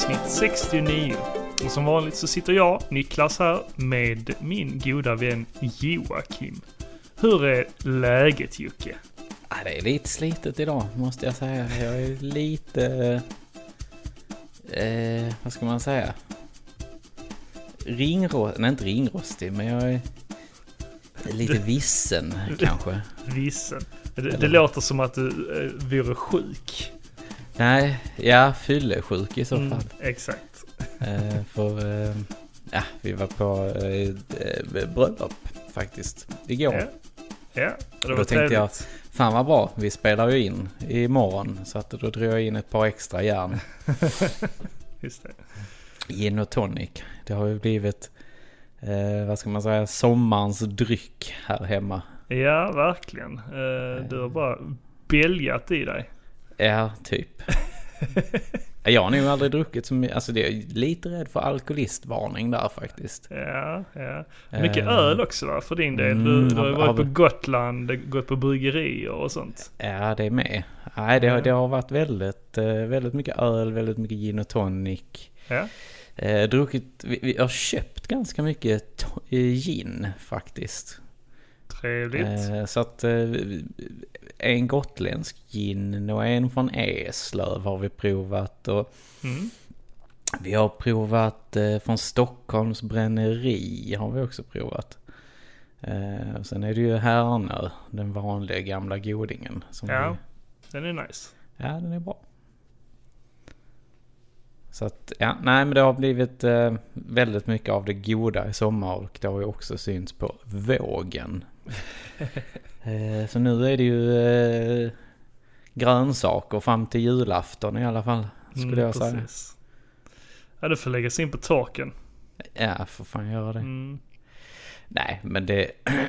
avsnitt 69. Och som vanligt så sitter jag, Niklas, här med min goda vän Joakim. Hur är läget, Jocke? Ja, det är lite slitet idag, måste jag säga. Jag är lite... vad ska man säga? Nej, inte ringrostig, men jag är lite vissen kanske. Vissen? Det låter som att du vore sjuk. Nej, jag fyllesjuk i så fall. Exakt. Vi var på bröllop faktiskt igår. Ja, det var då tänkte jag, trevligt. fan vad bra, vi spelar ju in imorgon, så att då drog jag in ett par extra järn. Just det. Gin och tonic. Det har ju blivit, vad ska man säga, sommarens dryck här hemma. Ja, verkligen. Du har bara bälgat i dig. Ja, typ. Jag har nog aldrig druckit så mycket. Alltså det är lite rädd för alkoholistvarning där faktiskt. Ja. Mycket öl också va, för din del. Du har ju varit på Gotland, gått på bryggerier och sånt. Ja, det är med. Nej, det har varit väldigt mycket öl, väldigt mycket gin och tonic. Ja. Druckit, vi har köpt ganska mycket gin faktiskt. Trevligt. Så att en gotländsk gin och en från Eslöv har vi provat. Och vi har provat från Stockholms bränneri har vi också provat. Och sen är det ju Härnö, den vanliga gamla godingen. Den är nice. Ja, den är bra. Så att, men det har blivit väldigt mycket av det goda i sommar, och det har ju också synts på vågen. Så nu är det ju grönsaker fram till julafton i alla fall, skulle jag säga. Ja, det får läggas in på torken. Ja, får fan göra det. Nej, men det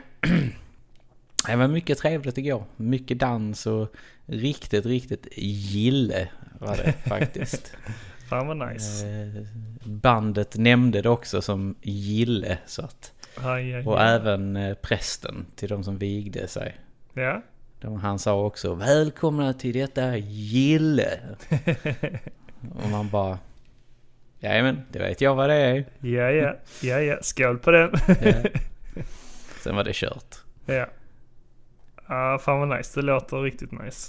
var mycket trevligt igår. Mycket dans och riktigt gille var det faktiskt. Fan vad nice. Bandet nämnde det också som gille, så att och även prästen till de som vigde sig. Ja. Han sa också välkomna till detta gille. Och man bara men det vet jag vad det är. Ja. Skål på den. Ja. Sen var det kört. Ja. Fan vad nice. Det låter riktigt nice.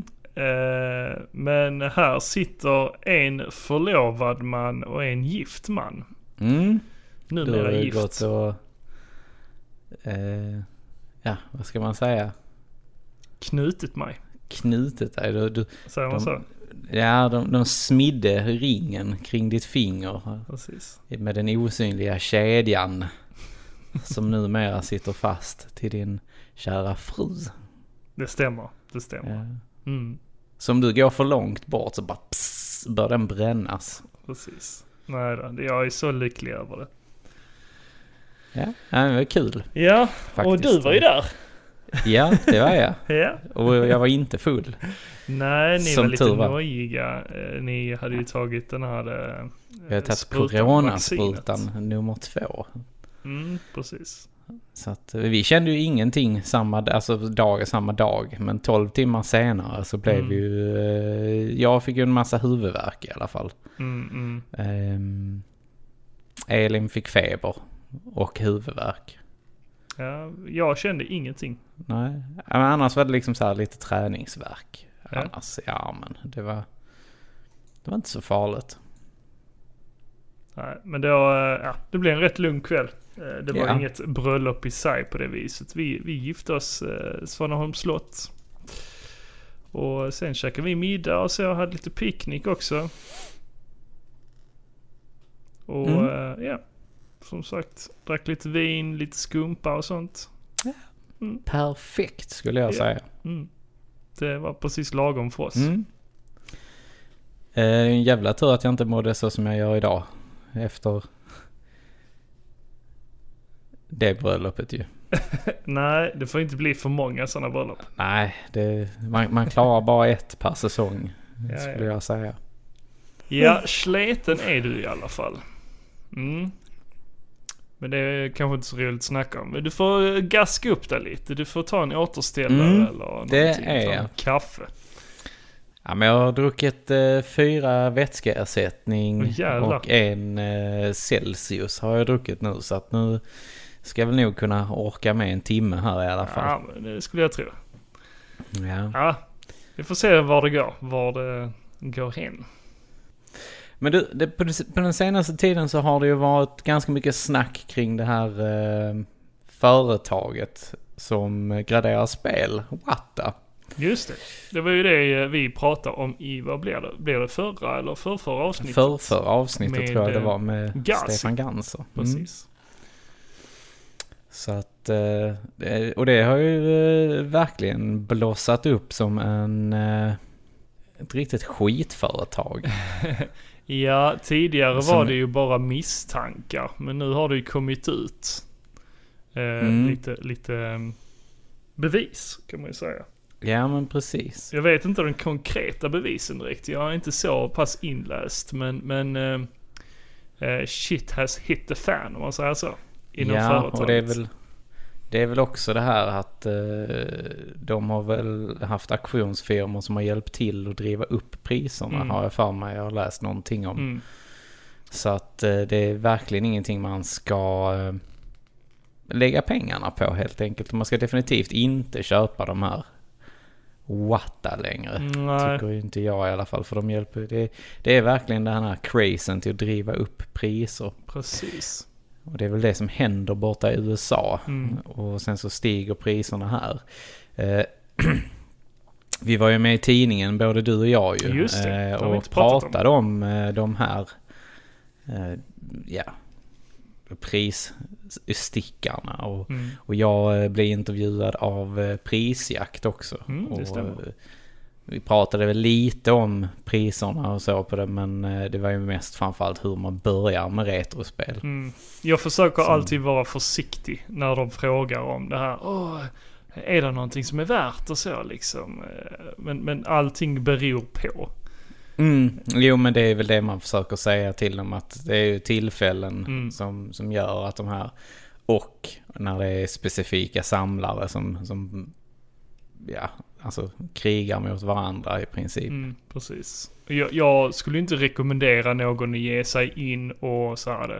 Men här sitter en förlovad man och en gift man. Numera gift. Gått och, vad ska man säga? Knutit mig. Knutit dig. Säger man så? Ja, de smidde ringen kring ditt finger. Precis. Med den osynliga kedjan som numera sitter fast till din kära fru. Det stämmer. Ja. Som du går för långt bort så bara bör den brännas. Precis. Nej då, jag är så lycklig över det. Ja, det var kul. Ja, faktiskt. Och du var ju där. Ja, det var jag. Ja. Och jag var inte full. Nej, ni som var lite nojiga. Ni hade ju tagit den här vi har tagit coronasprutan nummer 2. Precis. Så att vi kände ju ingenting samma dag, men 12 timmar senare så blev jag fick ju en massa huvudvärk i alla fall. Elin fick feber och huvudvärk. Ja, jag kände ingenting. Nej, men annars var det liksom så här lite träningsvärk. Annars, men det var inte så farligt. Nej, men det blev en rätt lugn kväll. Det var inget bröllop i sig på det viset. Vi gifte oss Svaneholms slott. Och sen käkade vi middag och så hade lite picknick också. Och som sagt, drack lite vin, lite skumpa och sånt. Perfekt skulle jag säga. Det var precis lagom för oss. En jävla tur att jag inte mådde så som jag gör idag. Efter det bröllopet ju. Nej, det får inte bli för många sådana bröllop. Nej, man klarar bara ett per säsong, skulle jag säga. Ja, sleten är du i alla fall. Men det är kanske inte så roligt att snacka om. Men du får gaska upp där lite. Du får ta en återställare eller någonting. Det är jag. Kaffe. Ja, men jag har druckit 4 vätskeersättning och 1 Celsius har jag druckit nu. Så att nu ska jag väl nog kunna orka med en timme här i alla fall. Ja, men det skulle jag tro. Ja. Vi får se var det går hen. Men du, på den senaste tiden så har det ju varit ganska mycket snack kring det här företaget som graderar spel, Wata. Just det. Det var ju det vi pratade om i, vad blir det förra eller förrförra avsnittet? Förrförra avsnittet tror jag det var med Gazi. Stefan Ganser. Precis. Så att, och det har ju verkligen blossat upp som ett riktigt skitföretag. Ja, tidigare var det ju bara misstankar, men nu har det ju kommit ut lite bevis kan man ju säga. Ja, men precis. Jag vet inte den konkreta bevisen direkt. Jag är inte så pass inläst, men shit has hit the fan om man säger så. Inom företaget. Och det är väl också det här att de har väl haft auktionsfirmor som har hjälpt till att driva upp priserna, har jag för mig. Jag har läst någonting om. Så att det är verkligen ingenting man ska lägga pengarna på helt enkelt. Man ska definitivt inte köpa de här Wata längre. Nej. Tycker inte jag i alla fall, för de hjälper. Det är verkligen den här crazen till att driva upp priser. Precis. Och det är väl det som händer borta i USA. Och sen så stiger priserna här. Vi var ju med i tidningen, både du och jag ju. Just det. Och pratade om de här prisstickarna. Och jag blev intervjuad av Prisjakt också. Det stämmer. Vi pratade väl lite om priserna och så på det, men det var ju mest framförallt hur man börjar med retrospel. Jag försöker alltid vara försiktig när de frågar om det här. Är det någonting som är värt och så liksom? Men allting beror på. Jo, men det är väl det man försöker säga till dem, att det är ju tillfällen som gör att de här, och när det är specifika samlare som alltså krigar mot varandra i princip. Precis. Jag skulle inte rekommendera någon att ge sig in och så här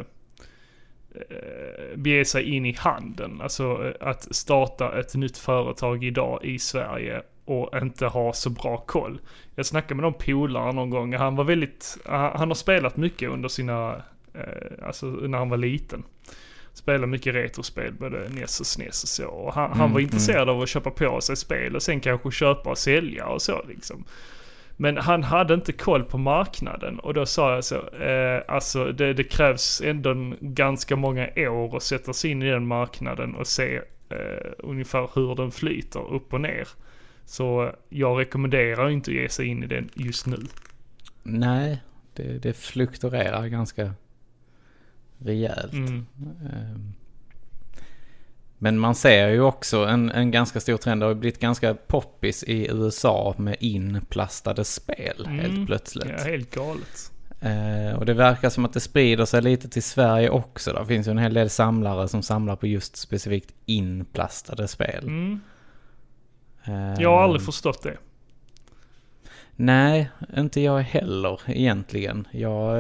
bege sig in i handeln. Alltså att starta ett nytt företag idag i Sverige och inte ha så bra koll. Jag snackade med någon polare någon gång. Han har spelat mycket under sina, alltså när han var liten. Spelade mycket retrospel, både NES och SNES och så. Och han var intresserad av att köpa på sig spel och sen kanske köpa och sälja och så liksom. Men han hade inte koll på marknaden, och då sa jag så, alltså det krävs ändå ganska många år att sätta sig in i den marknaden och se ungefär hur den flyter upp och ner. Så jag rekommenderar inte att ge sig in i den just nu. Nej, det fluktuerar ganska rejält. Men man ser ju också en ganska stor trend. Det har blivit ganska poppis i USA med inplastade spel helt plötsligt. Ja, helt galet. Och det verkar som att det sprider sig lite till Sverige också. Det finns ju en hel del samlare som samlar på just specifikt inplastade spel. Jag har aldrig förstått det. Nej, inte jag heller egentligen.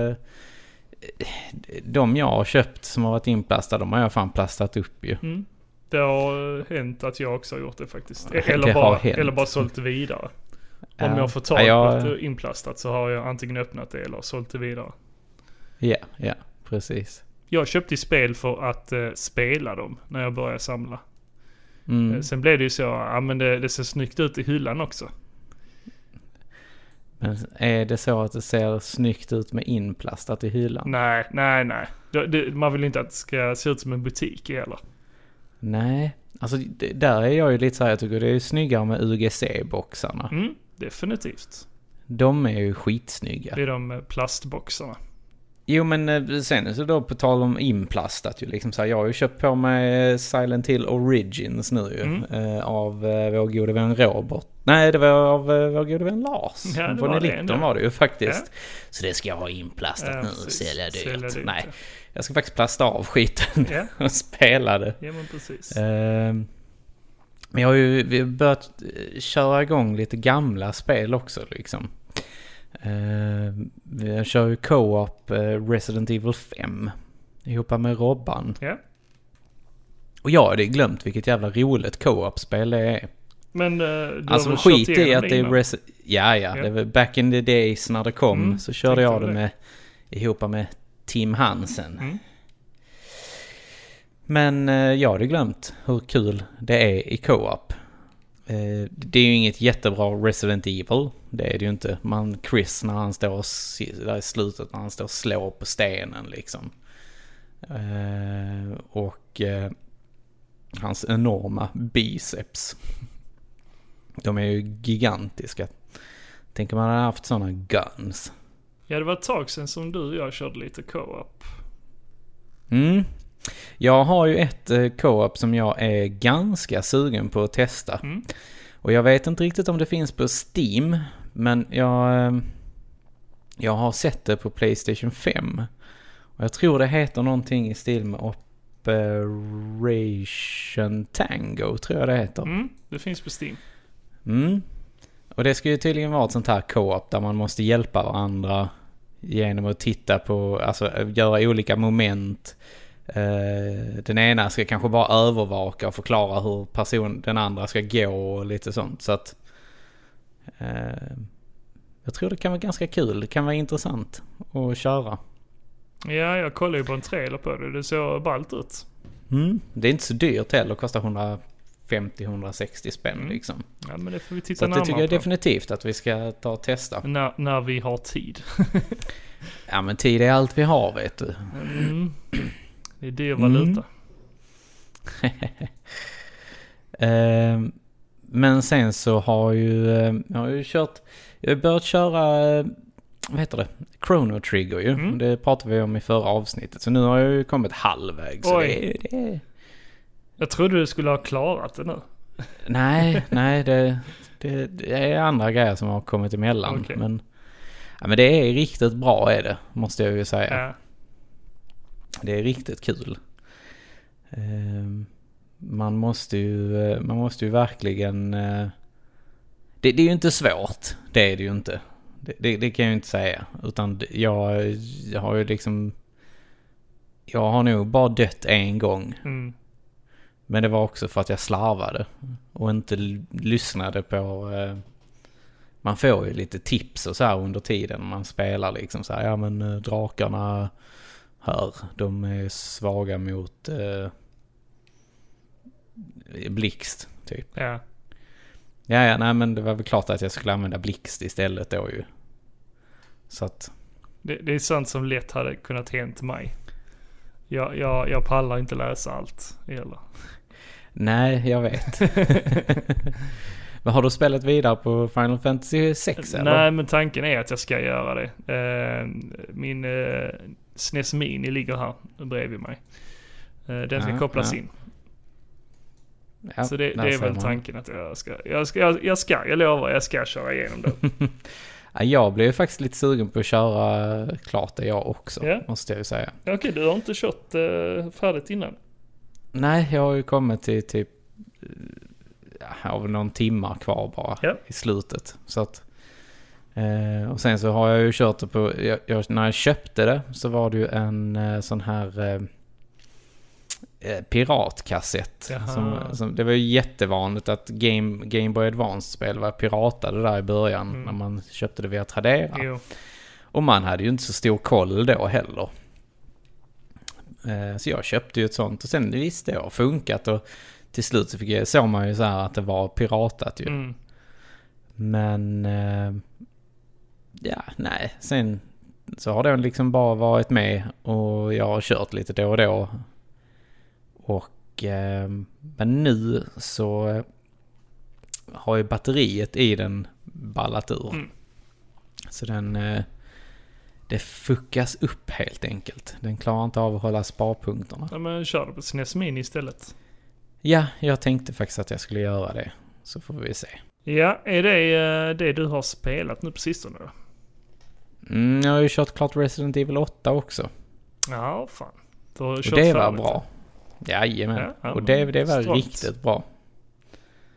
De jag har köpt som har varit inplastade, de har jag fan plastat upp ju. Det har hänt att jag också har gjort det faktiskt. Eller bara sålt det vidare. Om jag får tag på ett inplastat så har jag antingen öppnat det eller sålt det vidare. Ja, precis. Jag köpte spel för att spela dem när jag började samla. Sen blev det ju så, men det ser snyggt ut i hyllan också. Men är det så att det ser snyggt ut med inplastat i hyllan? Nej. Man vill inte att det ska se ut som en butik heller. Nej, alltså där är jag ju lite så här, jag tycker det är snyggare med UGC-boxarna. Definitivt. De är ju skitsnygga. Det är de plastboxarna. Jo, men sen så då på tal om inplastat ju liksom så här, jag har ju köpt på mig Silent Hill Origins nu ju, av vår gode vän Robert. Nej, det var av vår gode vän Lars. Ja, det från var Elitton var det ju faktiskt. Ja. Så det ska jag ha inplastat nu och sälja dyrt. Nej, ja. Jag ska faktiskt plasta av skiten och spela det. Ja, men precis. Men vi har börjat köra igång lite gamla spel också liksom. Vi kör ju co-op Resident Evil 5 ihop med Robban. Ja. Och jag hade glömt vilket jävla roligt co-op-spel det är. Men du alltså har skit kört i att det är Ja. det var back in the days när det kom, så körde jag det med ihop med Tim Hansen. Men jag hade glömt hur kul det är i co-op. Det är ju inget jättebra Resident Evil. Det är det ju inte. Chris när han står där i slutet när han står och slår på stenen liksom. Och hans enorma biceps. De är ju gigantiska. Tänker man hade haft sådana guns. Ja, det var ett tag sedan som du och jag körde lite co-op. Jag har ju ett co-op som jag är ganska sugen på att testa. Och jag vet inte riktigt om det finns på Steam. Men jag har sett det på PlayStation 5. Och jag tror det heter någonting i stil med Operation Tango, tror jag det heter. Det finns på Steam. Och det ska ju tydligen vara ett sånt här co-op där man måste hjälpa varandra genom att titta på, alltså göra olika moment. Den ena ska kanske bara övervaka och förklara hur den andra ska gå och lite sånt. Så att jag tror det kan vara ganska kul. Det kan vara intressant att köra. Ja, jag kollade ju på en trailer på det. Det såg ballt ut. Det är inte så dyrt heller. Det kostar 150-160 spänn liksom. Ja, men det får vi titta så närmare på. Så det tycker jag definitivt att vi ska ta och testa. När vi har tid. Ja, men tid är allt vi har, vet du. Det är det valuta. Men sen så har jag har börjat köra vad heter det? Chrono Trigger ju. Det pratade vi om i förra avsnittet. Så nu har jag ju kommit halvvägs. Så det... Jag trodde du skulle ha klarat det nu. Nej, det är andra grejer som har kommit emellan. Okay. Men det är riktigt bra är det, måste jag ju säga. Ja. Det är riktigt kul. Man måste ju verkligen... Det är ju inte svårt. Det är det ju inte. Det kan jag ju inte säga. Utan jag har ju liksom... Jag har nog bara dött en gång. Men det var också för att jag slarvade. Och inte lyssnade på... Man får ju lite tips och så här under tiden man spelar liksom så här. Ja, men drakarna här, de är svaga mot blixt typ. Ja. Ja, nej, men det var väl klart att jag skulle använda blixt istället då ju. Så att... Det är sånt som lätt hade kunnat hänt mig. Jag pallar inte läsa allt heller. Nej, jag vet. Men har du spelat vidare på Final Fantasy 6 eller? Nej, men tanken är att jag ska göra det. Min SNES Mini ligger här bredvid mig. Den ska kopplas in. Ja, så det är väl tanken att jag lovar, jag ska köra igenom det. Jag blev faktiskt lite sugen på att köra klart det jag också, måste jag ju säga. Okej, du har inte kört färdigt innan? Nej, jag har ju kommit till typ av någon timme kvar bara i slutet. Så att, och sen så har jag ju kört det på, när jag köpte det så var det ju en sån här piratkassett. Som, det var ju jättevanligt att Game Boy Advance-spel var piratade där i början när man köpte det via Tradera. Jo. Och man hade ju inte så stor koll då heller. Så jag köpte ju ett sånt och sen visste jag funkat och till slut så såg man ju så här att det var piratat ju. Men sen så har det liksom bara varit med och jag har kört lite då och då. Och men nu så har ju batteriet i den ballat ur. Så det fuckas upp helt enkelt. Den klarar inte av att hålla sparpunkterna. Ja, men kör du på SNES Mini istället? Ja, jag tänkte faktiskt att jag skulle göra det. Så får vi se. Ja, är det du har spelat nu på sistone då? Jag har ju kört klart Resident Evil 8 också. Ja, fan. Och det var bra. Jajamän. Och det var riktigt bra.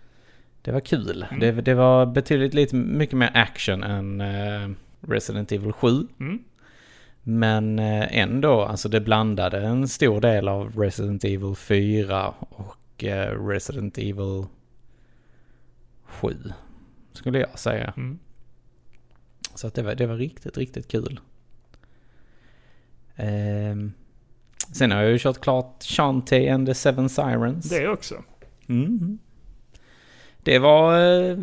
Det var kul. Det var betydligt lite mycket mer action än Resident Evil 7. Men ändå, alltså det blandade en stor del av Resident Evil 4 och Resident Evil 7 skulle jag säga. Så att det var riktigt, riktigt kul. Sen har jag ju kört klart Shantae and the Seven Sirens. Det också. Det var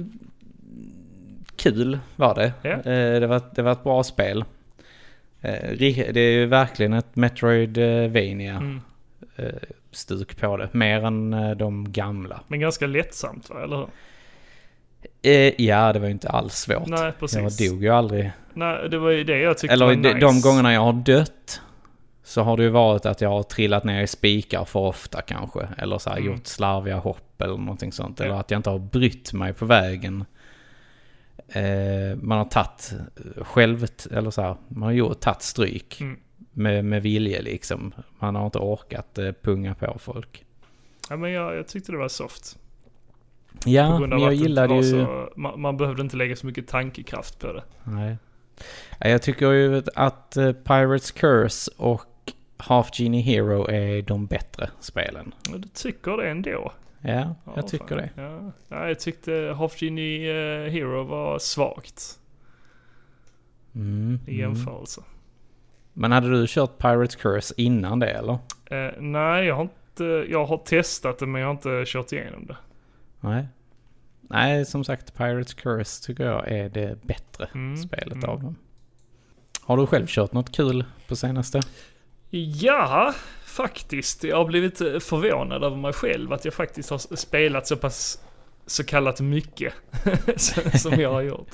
kul var det. Ja. Det var ett bra spel. Det är ju verkligen ett Metroidvania stuk på det. Mer än de gamla. Men ganska lättsamt, va? Eller hur? Ja, det var ju inte alls svårt. Nej, precis. Jag dog ju aldrig. Nej, det var ju det jag tyckte eller var nice. De gångerna jag har dött så har det ju varit att jag har trillat ner i spikar för ofta kanske. Eller så här gjort slarviga hopp eller någonting sånt. Eller att jag inte har brytt mig på vägen. Man har tagit eller så här, man har tagit stryk med vilje liksom. Man har inte orkat punga på folk. Ja, men jag tyckte det var soft. Ja, men jag gillade ju... Så, man behövde inte lägga så mycket tankekraft på det. Nej. Jag tycker ju att Pirates Curse och Half Genie Hero är de bättre spelen. Ja, du tycker det ändå? Ja, jag tycker det. Ja, jag tyckte Half Genie Hero var svagt. I jämförelse. Men hade du kört Pirates Curse innan det, eller? Nej, jag har testat det, men jag har inte kört igenom det. Nej, som sagt, Pirates Curse tycker jag är det bättre spelet av dem. Har du själv kört något kul på senaste? Ja, faktiskt. Jag har blivit förvånad över mig själv att jag faktiskt har spelat så pass så kallat mycket som jag har gjort.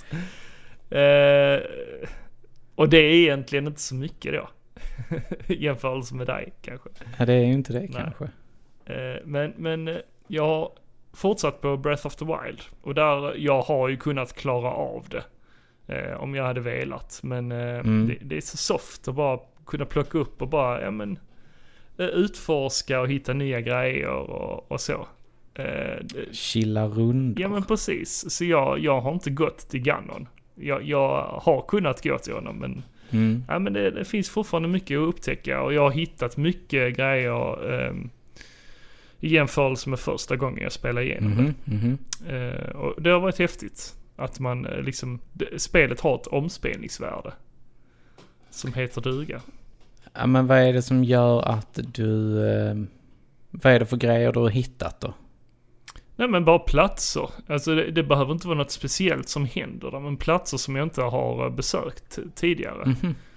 Och det är egentligen inte så mycket då. I jämförelse med dig kanske. Ja, det är ju inte det kanske. Men jag har fortsatt på Breath of the Wild. Och där jag har ju kunnat klara av det. Om jag hade velat. Men det är så soft att bara kunna plocka upp och bara utforska och hitta nya grejer och så. Chilla runt. Ja, men precis. Så jag har inte gått till Ganon. Jag har kunnat gå till honom, men ja, men det finns fortfarande mycket att upptäcka och jag har hittat mycket grejer i jämförelse med första gången jag spelade igenom det. Och det har varit häftigt att man liksom, spelet har ett omspelningsvärde som heter duga. Ja, men vad är det som gör att du vad är det för grejer du har hittat då? Nej, men bara platser. Alltså det behöver inte vara något speciellt som händer där, men platser som jag inte har besökt tidigare.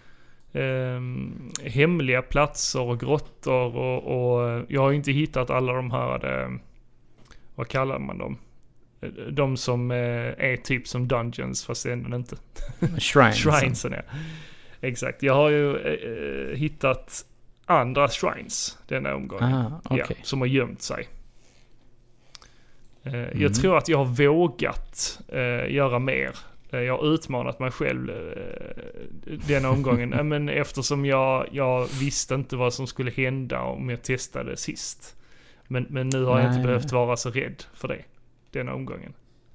Hemliga platser och grottor och jag har inte hittat alla de här, vad kallar man dem? De som är typ som dungeons fast ändå inte. Shrines. Ja. Exakt. Jag har ju hittat andra shrines denna omgången. Okay. Som har gömt sig. Jag tror att jag har vågat göra mer. Jag har utmanat mig själv denna omgången. Men eftersom jag visste inte vad som skulle hända om jag testade sist. Men nu har jag inte behövt vara så rädd för det. Denna omgången.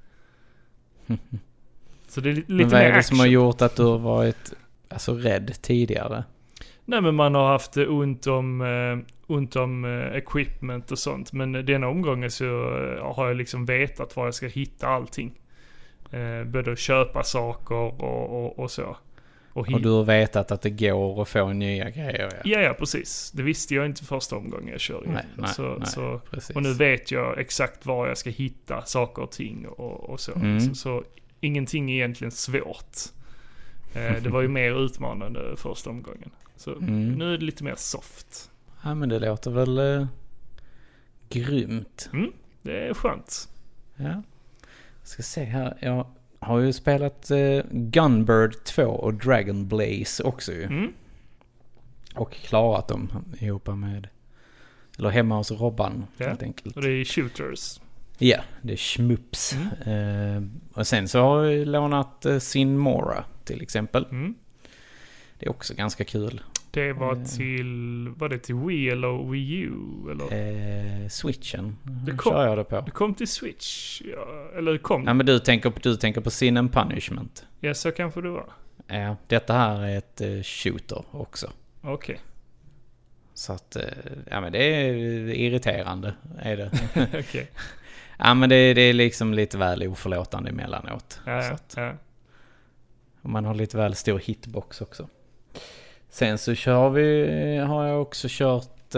Så det är lite mer action. Men vad är det som har gjort att du har varit rädd tidigare? Nej, men man har haft ont om equipment och sånt. Men denna omgången så har jag liksom vetat var jag ska hitta allting. Både att köpa saker och så. Och du har vetat att det går att få nya grejer. Ja, precis. Det visste jag inte första omgången jag körde. Nej, precis. Och nu vet jag exakt var jag ska hitta saker och ting och så. Så ingenting är egentligen svårt. Det var ju mer utmanande första omgången. Så nu är det lite mer soft. Ja, men det låter väl grymt. Det är skönt. Ja. Jag ska se här. Jag har ju spelat Gunbird 2 och Dragon Blaze också ju. Och klarat dem ihop med, eller hemma hos Robban helt enkelt. Och det är shooters. Ja, det är schmups. Och sen så har jag lånat Sin Mora till exempel. Det är också ganska kul. Det var till Wii eller Wii U? Eller? Switchen kör jag det på. Det kom till Switch, ja, eller kom... Ja, men du tänker på Sin and Punishment. Ja, så kanske det var. Ja, detta här är ett shooter också. Okej. Okay. Så att, ja men det är irriterande, är det. Okay. Ja, men det är liksom lite väl oförlåtande emellanåt. Ja, så att, ja. Och man har lite väl stor hitbox också. Sen så har jag också kört,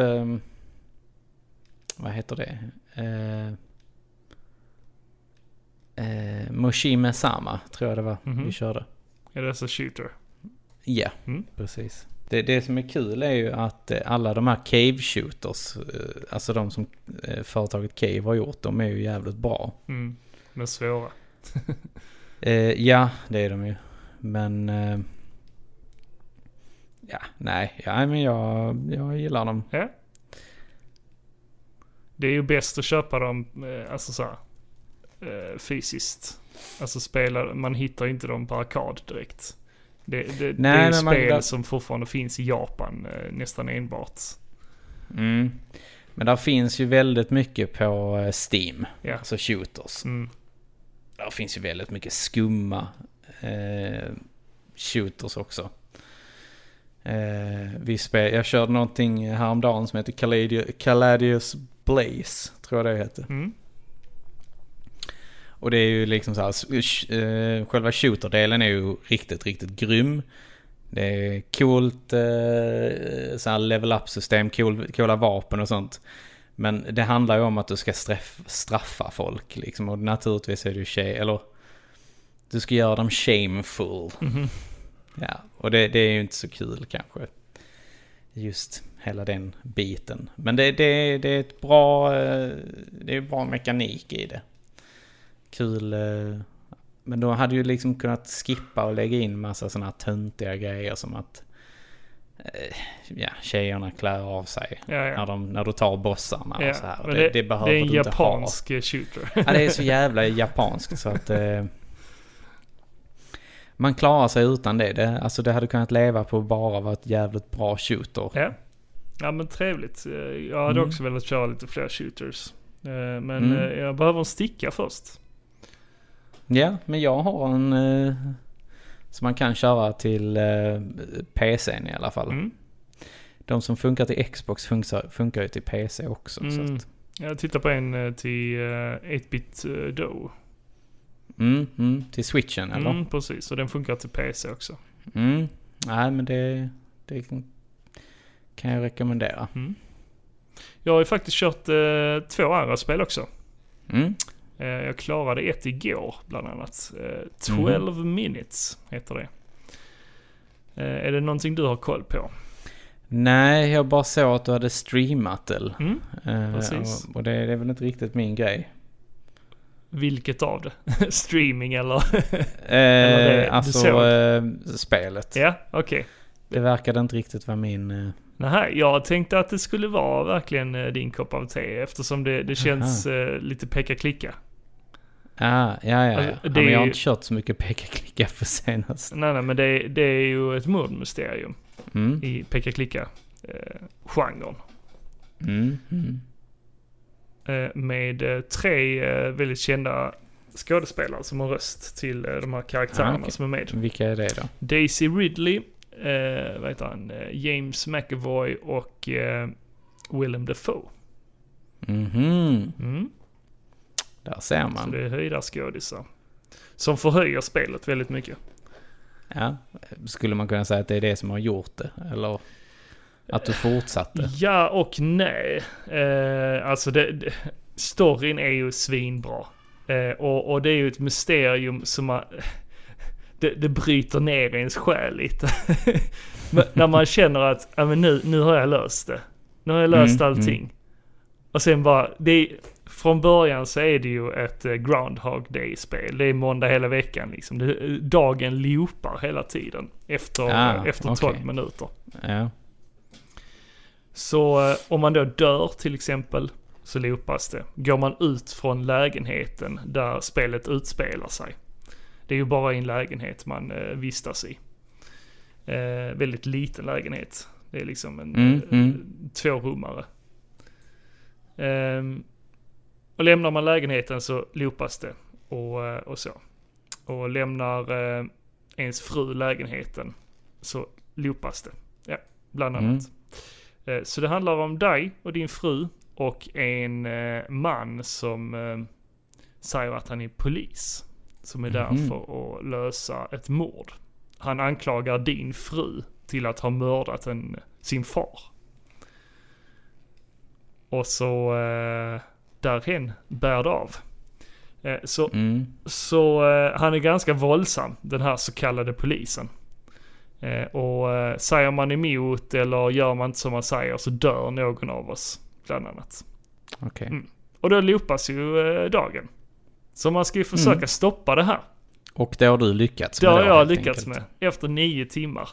vad heter det? Moshime Sama, tror jag det var, vi körde. Är det så shooter? Ja, precis. Det som är kul är ju att alla de här cave shooters, alltså de som företaget Cave har gjort, de är ju jävligt bra. Men svåra. Ja, det är de ju. Men men jag gillar dem. Ja. Det är ju bäst att köpa dem alltså så här, fysiskt. Alltså man hittar inte dem på arkad direkt. Det är ju spel som fortfarande finns i Japan nästan enbart. Men där finns ju väldigt mycket på Steam, alltså shooters. Där finns ju väldigt mycket skumma shooters också. Jag körde någonting häromdagen som heter Caladius Blaze, tror jag det heter. Och det är ju liksom så här, själva shooterdelen är ju riktigt, riktigt grym. Det är coolt, så här level up system, coola vapen och sånt. Men det handlar ju om att du ska straffa folk liksom, och naturligtvis är det ju du ska göra dem shameful. Ja, och det är ju inte så kul kanske. Just hela den biten. Men det är ett bra, det är bra mekanik i det. Kul, men då hade ju liksom kunnat skippa och lägga in massa såna här töntiga grejer som att tjejerna klär av sig när du tar bossarna och så här. Men det behöver det är en du japansk shooter. Ja, det är så jävla japanskt så att man klarar sig utan det. Alltså det hade kunnat leva på bara vara ett jävligt bra shooter. Ja, men trevligt. Jag hade också velat köra lite fler shooters. Men jag behöver en sticka först. Ja, men jag har en som man kan köra till PC:n i alla fall. De som funkar till Xbox funkar ju till PC också. Så att... Jag tittar på en till 8-bit Do. Till Switchen eller? Precis, och den funkar till PC också. Nej, men det kan jag rekommendera. Jag har ju faktiskt kört 2 andra spel också. Jag klarade ett igår bland annat. 12 minutes heter det. Är det någonting du har koll på? Nej, jag bara såg att du hade streamat det. Precis. Och det är väl inte riktigt min grej. Vilket av det? Streaming eller? Spelet. Ja, okej. Det verkade inte riktigt vara min... Nej, jag tänkte att det skulle vara verkligen din kopp av te eftersom det känns lite peka-klicka. Ja. Alltså, men jag har inte kört så mycket peka-klicka för senast. Nej, men det är ju ett mordmysterium i peka-klicka-genren. Med 3 väldigt kända skådespelare som har röst till de här karaktärerna som är med. Vilka är det då? Daisy Ridley, vad heter han? James McAvoy och Willem Dafoe. Där ser man. Så det är höjda skådisar som förhöjer spelet väldigt mycket. Ja, skulle man kunna säga att det är det som har gjort det? Eller att du fortsatte? Ja och nej. Alltså storyn är ju svinbra. Och det är ju ett mysterium som det bryter ner ens själ lite. När man känner att men nu har jag löst det. Nu har jag löst allting. Och sen bara, från början så är det ju ett Groundhog Day-spel. Det är måndag hela veckan liksom. Dagen loopar hela tiden efter 12 minuter. Ja. Så om man då dör till exempel så loopas det. Går man ut från lägenheten där spelet utspelar sig. Det är ju bara en lägenhet man vistas i. Väldigt liten lägenhet. Det är liksom en 2-rummare. Och lämnar man lägenheten så loopas det och så. Och lämnar ens fru lägenheten så loopas det. Ja, bland annat. Så det handlar om dig och din fru och en man som säger att han är polis. Som är där för att lösa ett mord. Han anklagar din fru till att ha mördat sin far. Och så därhen bär det av. Så han är ganska våldsam, den här så kallade polisen. Och säger man emot eller gör man inte som man säger så dör någon av oss, bland annat. Okay. Och då loopas ju dagen. Så man ska ju försöka stoppa det här. Och det har du lyckats med? Det har jag lyckats med. Efter 9 timmar.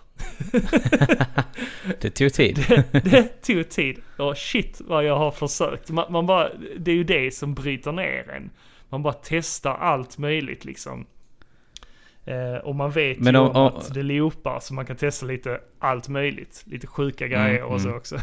Det tog tid. Det tog tid. Och shit vad jag har försökt. Man bara, det är ju det som bryter ner en. Man bara testar allt möjligt liksom. Och man vet ju att det loopar så man kan testa lite allt möjligt. Lite sjuka grejer och så också.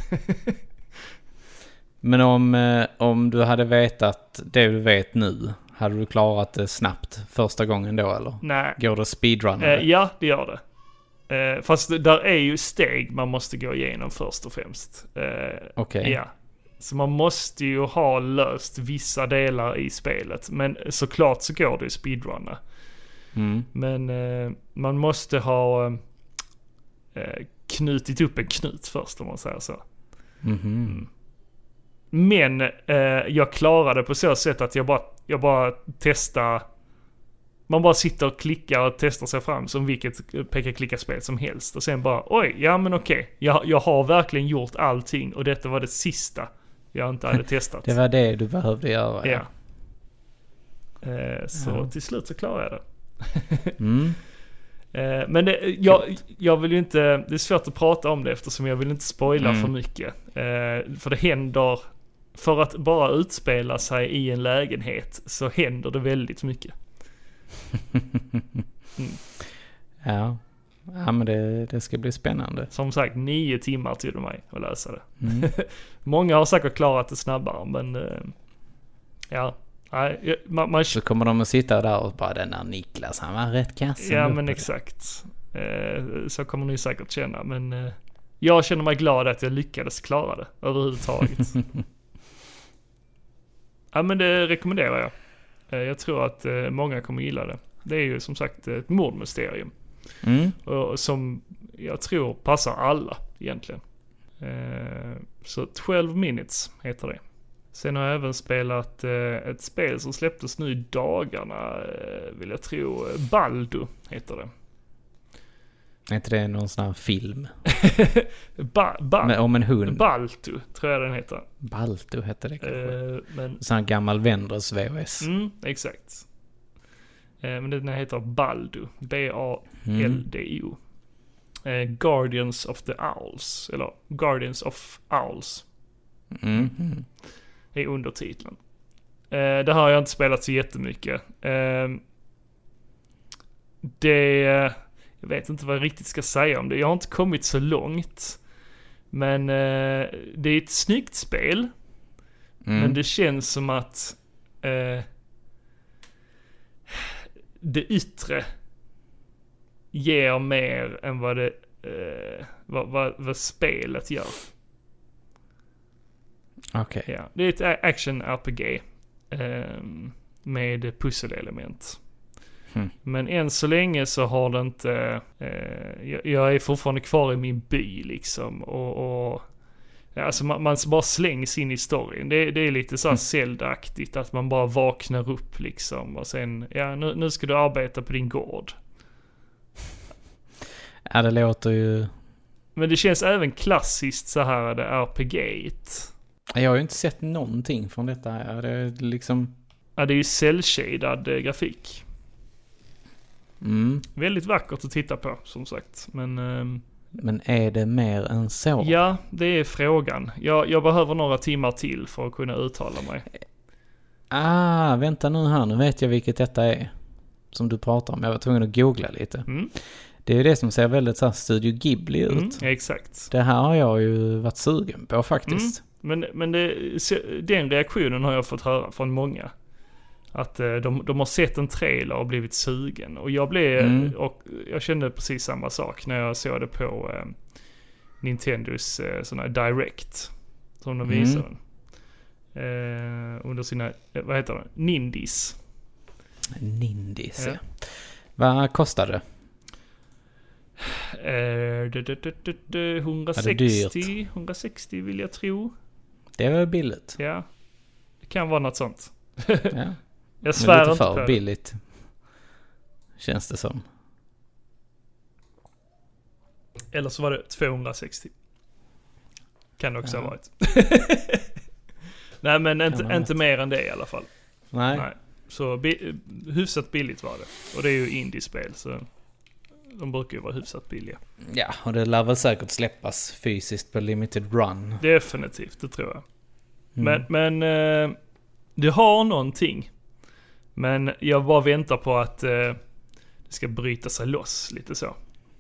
Men om du hade vetat det du vet nu, hade du klarat det snabbt första gången då eller? Nej. Går det speedrunner? Ja, det gör det. Fast där är ju steg man måste gå igenom först och främst. Okej. Ja. Så man måste ju ha löst vissa delar i spelet. Men såklart så går det ju speedrunner. Men man måste ha knutit upp en knut först om man säger så. Men jag klarade på så sätt att jag bara testar. Man bara sitter och klickar och testar sig fram som vilket peka-klicka-spel som helst. Och sen bara, okej. Jag har verkligen gjort allting och detta var det sista jag inte hade testat. Det var det du behövde göra. Ja. Så till slut så klarade jag det. Men jag vill ju inte, det är svårt att prata om det eftersom jag vill inte spoila för mycket. För det händer, för att bara utspela sig i en lägenhet så händer det väldigt mycket. Ja, men det ska bli spännande. Som sagt, 9 timmar till mig att lösa det. Många har säkert klarat det snabbare, men ja. Nej, så kommer de att sitta där och bara den där Niklas, han var rätt kass. Ja, men exakt. Så kommer ni säkert känna. Men jag känner mig glad att jag lyckades klara det överhuvudtaget. Ja, men det rekommenderar jag. Jag tror att många kommer gilla det. Det är ju som sagt ett mordmysterium. Och som jag tror passar alla egentligen. Så 12 minutes heter det. Sen har jag även spelat ett spel som släpptes nu i dagarna, vill jag tro. Baldu heter det. Är inte det någon sån här film? Om en hund? Baltu tror jag den heter. Baltu heter det kanske. Sån här gammal Wenders VHS. Exakt. Men den heter Baldu. B-A-L-D-U. Guardians of the Owls. Eller Guardians of Owls. Är undertiteln. Det har jag inte spelat så jättemycket. Jag vet inte vad jag riktigt ska säga om det. Jag har inte kommit så långt. Men det är ett snyggt spel. Men det känns som att det yttre ger mer än vad det vad spelet gör. Okay. Ja, det är ett action-RPG med pusselelement. Men än så länge så har det inte... jag är fortfarande kvar i min by liksom. Och alltså man bara slängs in i storyn. Det är lite så här Zelda-aktigt att man bara vaknar upp liksom. Och sen, nu ska du arbeta på din gård. Ja, det låter ju... Men det känns även klassiskt så här det RPG-igt. Jag har ju inte sett någonting från detta här. Det är liksom... Ja, det är ju cell-shaded grafik. Väldigt vackert att titta på, som sagt. Men är det mer än så? Ja, det är frågan. Jag behöver några timmar till för att kunna uttala mig. Vänta nu här. Nu vet jag vilket detta är. Som du pratar om. Jag var tvungen att googla lite. Det är ju det som ser väldigt så här Studio Ghibli ut. Exakt. Det här har jag ju varit sugen på faktiskt. Men den reaktionen har jag fått höra från många. Att de har sett en trailer och blivit sugen. Och och jag kände precis samma sak när jag såg det på Nintendos sån här Direct. Som de visade. Under sina, vad heter det? Nindies. Nindies, ja. Vad kostar det? 160 vill jag tro. Det är väl billigt? Ja, det kan vara något sånt. Ja. Jag svär lite inte för på det. billigt. Känns det som. Eller så var det 260. Kan det också ha varit. Nej, men inte mer än det i alla fall. Nej. Så hyfsat billigt var det. Och det är ju indiespel, så de brukar ju vara hyfsat billiga. Ja, och det lär väl säkert släppas fysiskt på Limited Run. Definitivt, det tror jag. Men det har någonting. Men jag bara väntar på att det ska bryta sig loss lite så.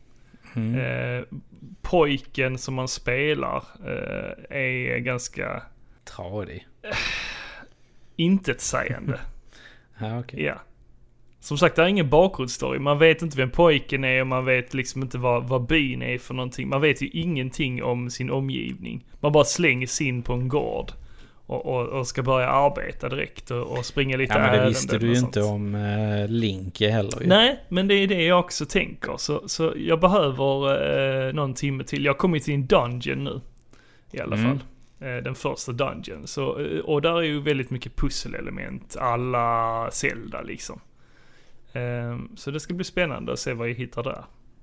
Pojken som man spelar är ganska tradig. intetsägande. Ja, okej. Ja. Som sagt, det är ingen bakgrundsstory. Man vet inte vem pojken är och man vet liksom inte vad byn är för någonting. Man vet ju ingenting om sin omgivning. Man bara slängs in på en gård och ska börja arbeta direkt och springa lite ärenden. Ja, men det visste du ju inte om Link heller. Ju. Nej, men det är det jag också tänker. Så jag behöver någon timme till. Jag har kommit till en dungeon nu. I alla fall. Den första dungeon. Och där är ju väldigt mycket pusselelement. Alla Zelda liksom. Så det ska bli spännande att se vad jag hittar där.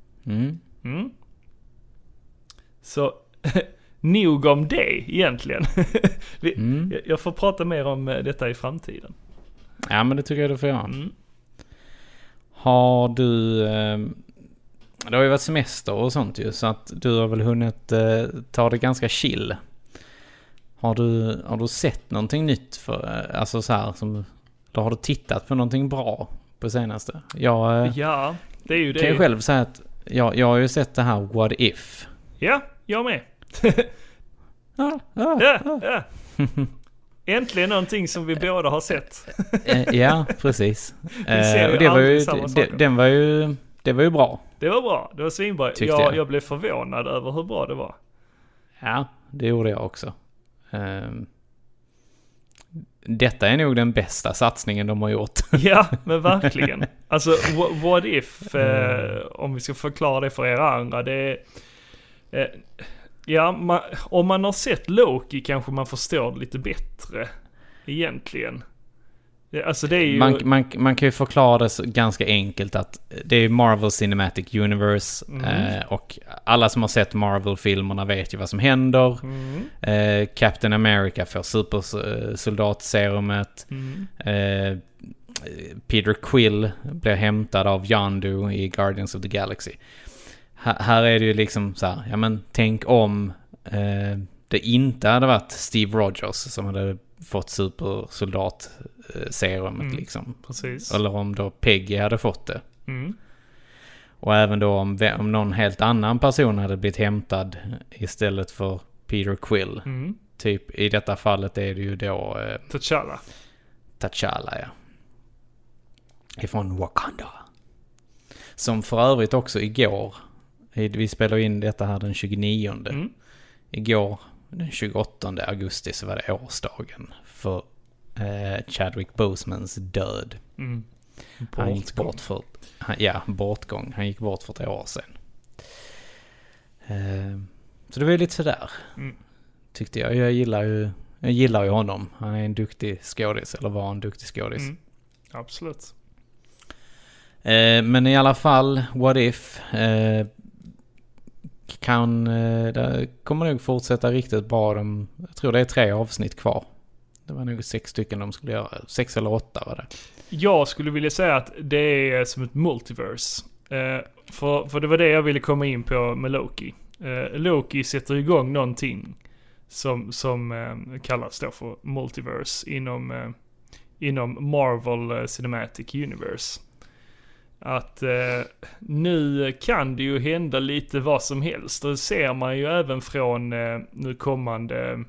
Så nog om det egentligen. Jag får prata mer om detta i framtiden. Ja, men det tycker jag du får göra. Har du... det har ju varit semester och sånt ju, så att du har väl hunnit ta det ganska chill. Har du sett någonting nytt för, alltså så här, då har du tittat på någonting bra på senaste? Ja, det är ju det. Kan jag själv säga att jag har ju sett det här What If. Ja, jag med. Ja. Äntligen någonting som vi båda har sett. Ja, precis. Det var ju bra. Det var bra. Det var svinbra. Jag blev förvånad över hur bra det var. Ja, det gjorde jag också. Detta är nog den bästa satsningen de har gjort. Ja, men verkligen. Alltså, what if, om vi ska förklara det för er andra, det är... om man har sett Loki kanske man förstår det lite bättre egentligen. Alltså det är ju... man kan ju förklara det ganska enkelt att det är Marvel Cinematic Universe och alla som har sett Marvel-filmerna vet ju vad som händer. Captain America får supersoldatserumet. Peter Quill blir hämtad av Yondu i Guardians of the Galaxy. Här är det ju liksom så här, ja men tänk om det inte hade varit Steve Rogers som hade fått supersoldatserumet liksom. Precis. Eller om då Peggy hade fått det. Och även då om någon helt annan person hade blivit hämtad istället för Peter Quill. Typ i detta fallet är det ju då T'Challa, ja. Ifrån Wakanda. Som för övrigt också igår, vi spelar in detta här den 29. Igår, den 28 augusti, så var det årsdagen för Chadwick Bosemans död. Han gick bort bortgång. Han gick bort för 3 år sedan. Så det var lite sådär. Tyckte jag. Jag gillar ju honom. Han är en duktig skådis, eller var en duktig skådis. Absolut. Men i alla fall, What If det kommer nog fortsätta riktigt bra. Jag tror det är 3 avsnitt kvar. Det var nog 6 stycken de skulle göra. 6 eller 8 var det. Jag skulle vilja säga att det är som ett multiverse. För det var det jag ville komma in på med Loki. Loki sätter igång någonting som kallas då för multiverse inom Marvel Cinematic Universe. att nu kan det ju hända lite vad som helst. Det ser man ju även från nu kommande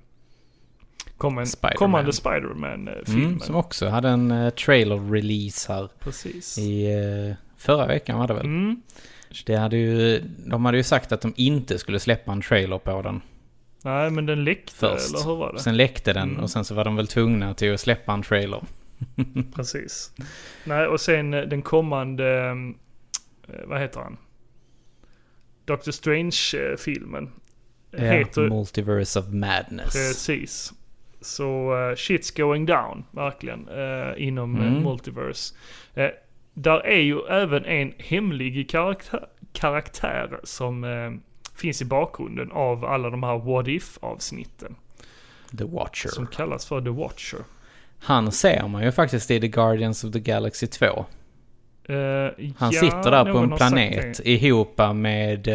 Spider-Man-filmen. Som också hade en trailer-release här. Precis. I förra veckan var det väl? De hade ju sagt att de inte skulle släppa en trailer på den. Nej, men den läckte först. Eller hur var det? Sen läckte den och sen så var de väl tvungna till att släppa en trailer. Precis. Nej, och sen den kommande, vad heter han? Doctor Strange-filmen. Heter Multiverse of Madness. Precis. Så shit's going down, verkligen, inom Multiverse. Där är ju även en hemlig karaktär som finns i bakgrunden av alla de här What If-avsnitten. The Watcher. Som kallas för The Watcher. Han ser man ju faktiskt i The Guardians of the Galaxy 2. Han sitter där på en planet ihop med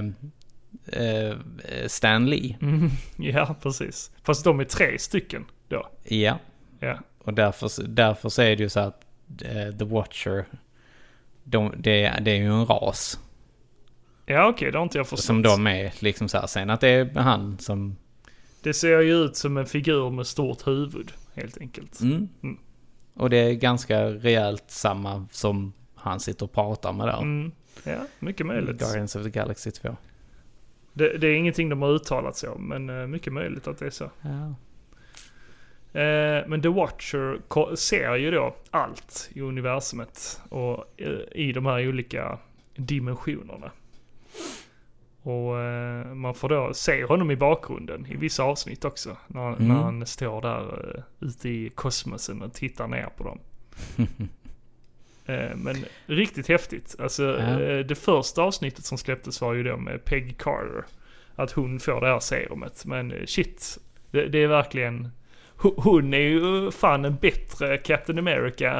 Stan Lee. Ja, precis. Fast de är 3 stycken då. Ja. Och därför så är det ju så att The Watcher, det är ju en ras. Ja, okej, det har inte jag förstått. Som de är liksom så här, sen att det är han som... Det ser ju ut som en figur med stort huvud, helt enkelt. Och det är ganska rejält samma som han sitter och pratar med där. Ja, mycket möjligt. Guardians of the Galaxy 2. Det är ingenting de har uttalat sig om, men mycket möjligt att det är så. Ja. Men The Watcher ser ju då allt i universumet och i de här olika dimensionerna. Och man får då se honom i bakgrunden i vissa avsnitt också. När han står där ute i kosmosen och tittar ner på dem. Men riktigt häftigt. Alltså det första avsnittet som släpptes var ju då med Peggy Carter. Att hon får det här serumet. Men shit, det är verkligen... Hon är ju fan en bättre Captain America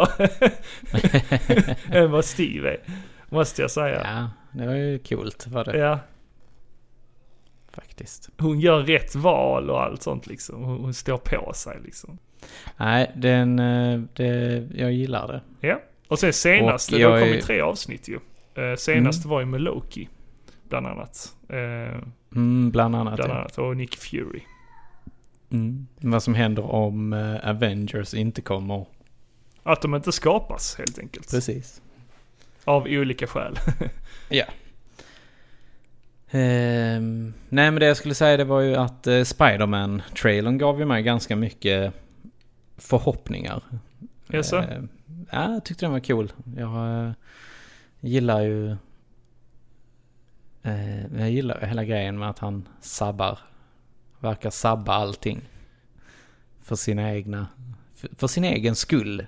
än vad Steve är. Måste jag säga. Ja, det var ju coolt var det. Ja. Faktiskt. Hon gör rätt val och allt sånt liksom. Hon står på sig liksom. Nej, jag gillar det. Ja. Och sen senast, det har kommit 3 avsnitt ju. Senast var ju med Loki. Bland annat. Bland annat. Och Nick Fury. Vad som händer om Avengers inte kommer. Att de inte skapas helt enkelt. Precis. Av olika skäl. Ja. Nej, men det jag skulle säga det var ju att Spider-Man-trailern gav ju mig ganska mycket förhoppningar. Jaså? Ja, jag tyckte den var cool. Jag gillar ju hela grejen med att han verkar sabba allting för sin egen skull.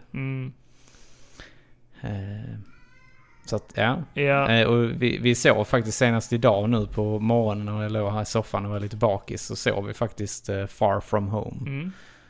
Så att och vi såg faktiskt senast idag nu på morgonen när jag låg här i soffan och var lite bakis, så såg vi faktiskt Far From Home.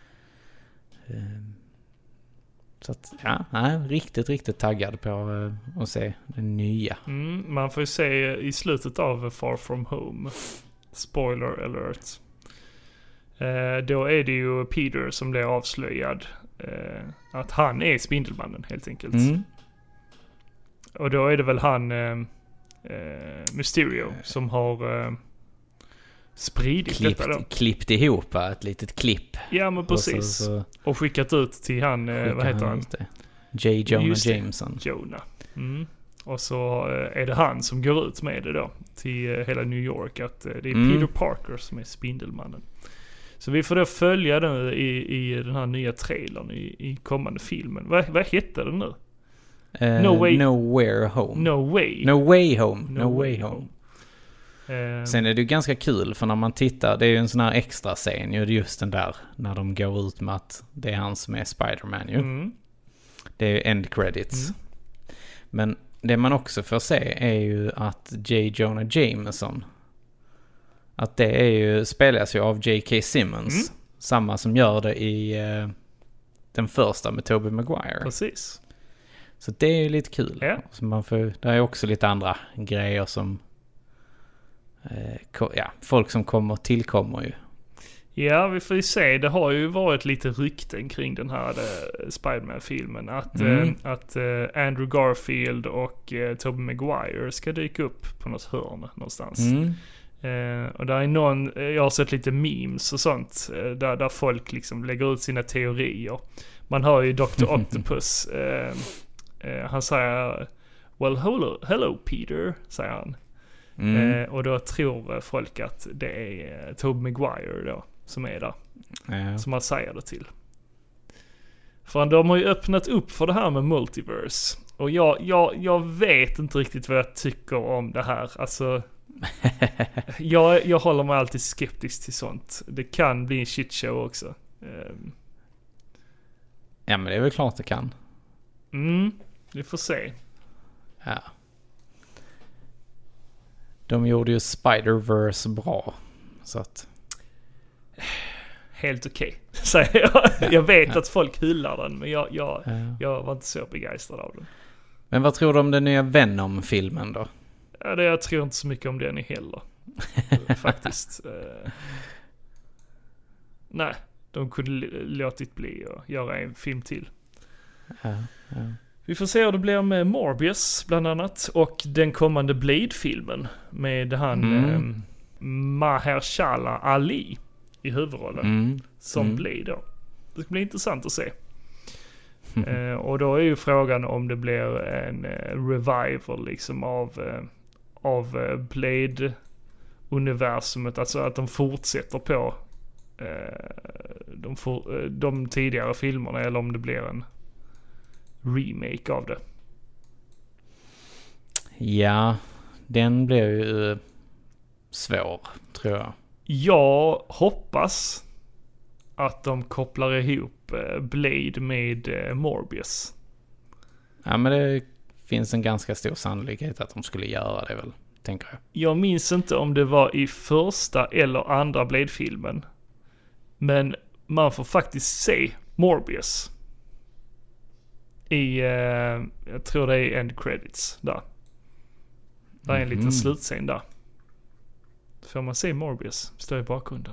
Så att riktigt taggad på att se den nya. Man får ju se i slutet av Far From Home, spoiler alert, då är det ju Peter som blir avslöjad att han är Spindelmannen helt enkelt. Och då är det väl han Mysterio som har spridit detta då. Klippt ihop ett litet klipp. Ja, men precis. Och skickat ut till han, vad heter han? J. Jonah Jameson. Jonah. Och så är det han som går ut med det då till hela New York, att det är Peter Parker som är Spindelmannen. Så vi får då följa den i den här nya trailern i kommande filmen. Vad heter den nu? Nowhere Home. No Way Home. Sen är det ju ganska kul, för när man tittar, det är ju en sån här extra scen ju, just den där när de går ut med att det är han som är Spider-Man ju. Det är ju end credits. Men det man också får se är ju att J. Jonah Jameson, att det är ju, spelas ju av J.K. Simmons. Samma som gör det i den första med Tobey Maguire. Precis. Så det är ju lite kul. Ja. Så det är också lite andra grejer som folk som tillkommer ju. Ja, vi får ju se. Det har ju varit lite rykten kring den här Spider-Man-filmen. Att Andrew Garfield och Tobey Maguire ska dyka upp på något hörn någonstans. Och där är jag har sett lite memes och sånt. Där folk liksom lägger ut sina teorier. Man har ju Dr. Octopus. Han säger "Well, hello Peter", säger han. Och då tror folk att det är Tobey Maguire då som är där. Som man säger det till. För de har ju öppnat upp för det här med multiverse. Och jag vet inte riktigt vad jag tycker om det här. Alltså, jag håller mig alltid skeptisk till sånt. Det kan bli en shitshow också. Ja, men det är väl klart det kan. Vi får se. Ja. De gjorde ju Spider-Verse bra. Så att... Helt okej, säger jag. Jag vet att folk hyllar den, men jag var inte så begeistrad av den. Men vad tror du om den nya Venom-filmen då? Ja, jag tror inte så mycket om den heller. Faktiskt. Nej, de kunde låtit bli och göra en film till. Ja. Vi får se hur det blir med Morbius bland annat. Och den kommande Blade-filmen med han Mahershala Ali i huvudrollen som Blade då. Det ska bli intressant att se. Och då är ju frågan om det blir en revival liksom av Blade-universumet. Alltså att de fortsätter på de tidigare filmerna, eller om det blir en remake av det. Ja, den blir ju svår, tror jag. Jag hoppas att de kopplar ihop Blade med Morbius. Ja, men det finns en ganska stor sannolikhet att de skulle göra det väl, tänker jag. Jag minns inte om det var i första eller andra Blade-filmen. Men man får faktiskt se Morbius i, jag tror det är end credits där. Där är en liten slutscen där. Så får man se Morbius stå i bakgrunden.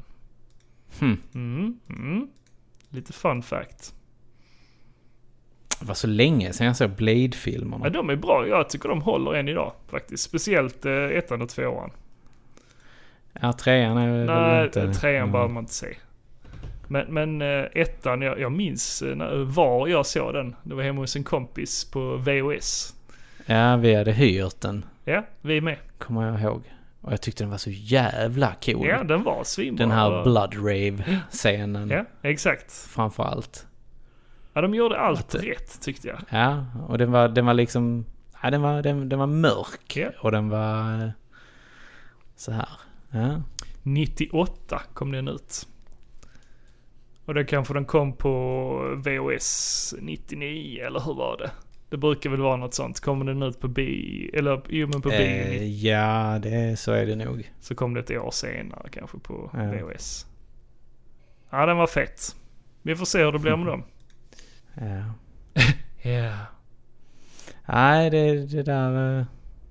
Lite fun fact. Det var så länge sedan jag såg Blade-filmerna. Ja, de är bra. Jag tycker de håller än idag faktiskt. Speciellt ettan och tvåan. Ja, trean är väl inte... Nej, trean behöver man inte se. Men ettan, jag minns var jag såg den. Det var hemma hos en kompis på VHS. Ja, vi hade hyrt den. Ja, vi med. Kommer jag ihåg. Och jag tyckte den var så jävla cool. Ja, den var svinbra. Den här Blood Rave-scenen. Ja, exakt. Framförallt. Ja, de gjorde allt rätt, tyckte jag. Ja, och den var liksom... Ja, den var mörk. Ja. Och den var... Så här. Ja. 98 kom den ut. Och det kanske den kom på VHS 99, eller hur var det? Det brukar väl vara något sånt. Kommer den ut på bio? Eller på bio? Ja, så är det nog. Så kom det ett år senare kanske på VHS. Ja, den var fett. Vi får se hur det blir med dem. Ja. Ja. Nej, det där...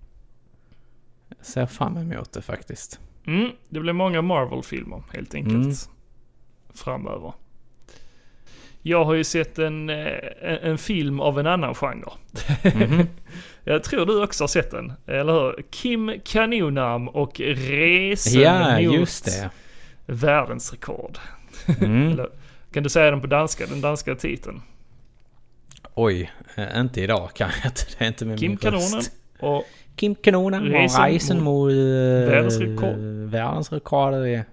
ser fram emot det faktiskt. Det blir många Marvel-filmer helt enkelt. Framöver. Jag har ju sett en film av en annan genre. Jag tror du också har sett den, eller hur? Kim Kanonarm och resan mot just det. Världsrekord. Eller, kan du säga den på danska, den danska titeln? Oj, inte idag kan jag inte. Det är inte med Kim min Kanonen röst. och Kim Kanonen och resan mot världsrekord. Världsrekord, ja.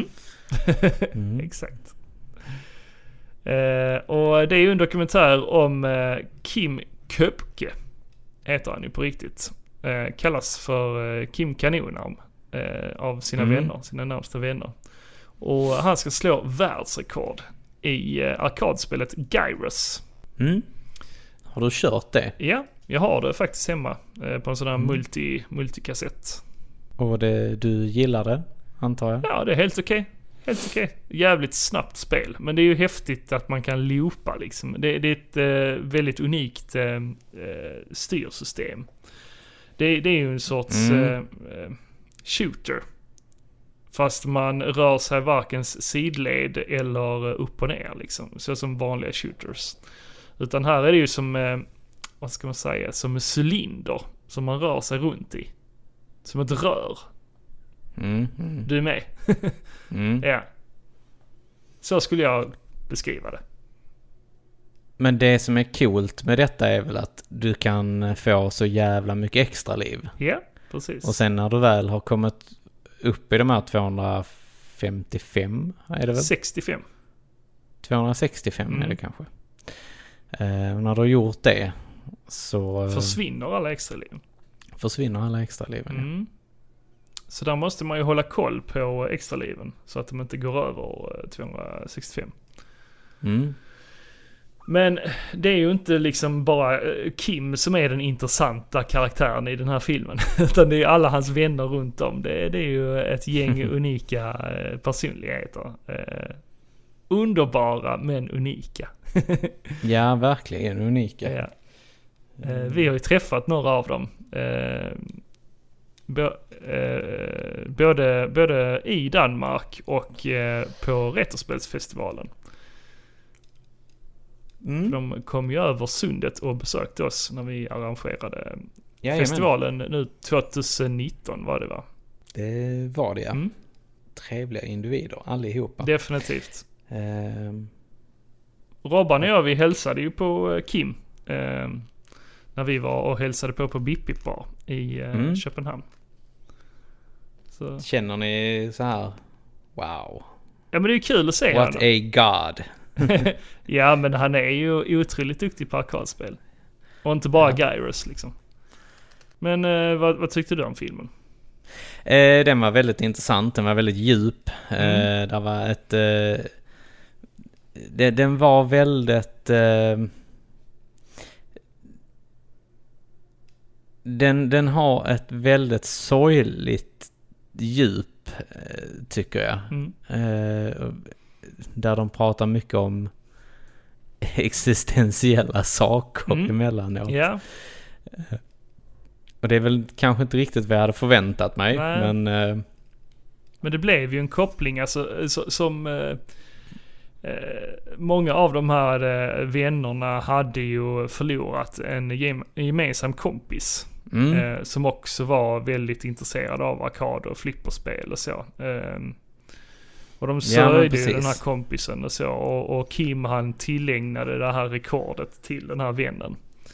Exakt. Och det är ju en dokumentär om Kim Köpke, heter han ju på riktigt. Kallas för Kim Kanonarm av sina vänner, sina närmsta vänner. Och han ska slå världsrekord i arkadspelet Gyros. Har du kört det? Ja, jag har det faktiskt hemma på en sån här multikassett. Och du gillar det, antar jag? Ja, det är helt okej. Helt okej. Jävligt snabbt spel. Men det är ju häftigt att man kan loopa liksom. Det är ett väldigt unikt styrsystem. Det är ju en sorts shooter. Fast man rör sig varken sidled eller upp och ner liksom. Så som vanliga shooters. Utan här är det ju som, vad ska man säga, som en cylinder som man rör sig runt i. Som ett rör. Du är med? Ja. Så skulle jag beskriva det. Men det som är coolt med detta är väl att du kan få så jävla mycket extra liv. Ja, precis. Och sen när du väl har kommit upp i de här 255 är det väl? 65. 265 är det kanske. Och när du har gjort det så försvinner alla extra liven. Så där måste man ju hålla koll på extra liven så att de inte går över 265. Men det är ju inte liksom bara Kim som är den intressanta karaktären i den här filmen. Utan det är alla hans vänner runt om. Det är ju ett gäng unika personligheter. Underbara men unika. Ja, verkligen unika. Ja. Vi har ju träffat några av dem. Både i Danmark och på Retrospelsfestivalen. De kom ju över sundet och besökte oss när vi arrangerade festivalen nu 2019 var det, va? Det var det, ja. Trevliga individer allihopa. Definitivt. Robban och jag, vi hälsade ju på Kim när vi var och hälsade på Bip Bar i Köpenhamn. Så. Känner ni så här, wow. Ja, men det är ju kul att se What a god. Ja, men han är ju otroligt duktig på arkadspel. Och inte bara Gyros liksom. Men vad tyckte du om filmen? Den var väldigt intressant, den var väldigt djup. Det var ett den var väldigt den har ett väldigt sorgligt djup, tycker jag. Där de pratar mycket om existentiella saker emellanåt. Ja. Och det är väl kanske inte riktigt vad jag hade förväntat mig. Men det blev ju en koppling alltså, som många av de här vännerna hade ju förlorat en gemensam kompis. Som också var väldigt intresserad av arkad och flipperspel och så. Och de sörjde ju den här kompisen och så. Och Kim, han tillägnade det här rekordet till den här vännen.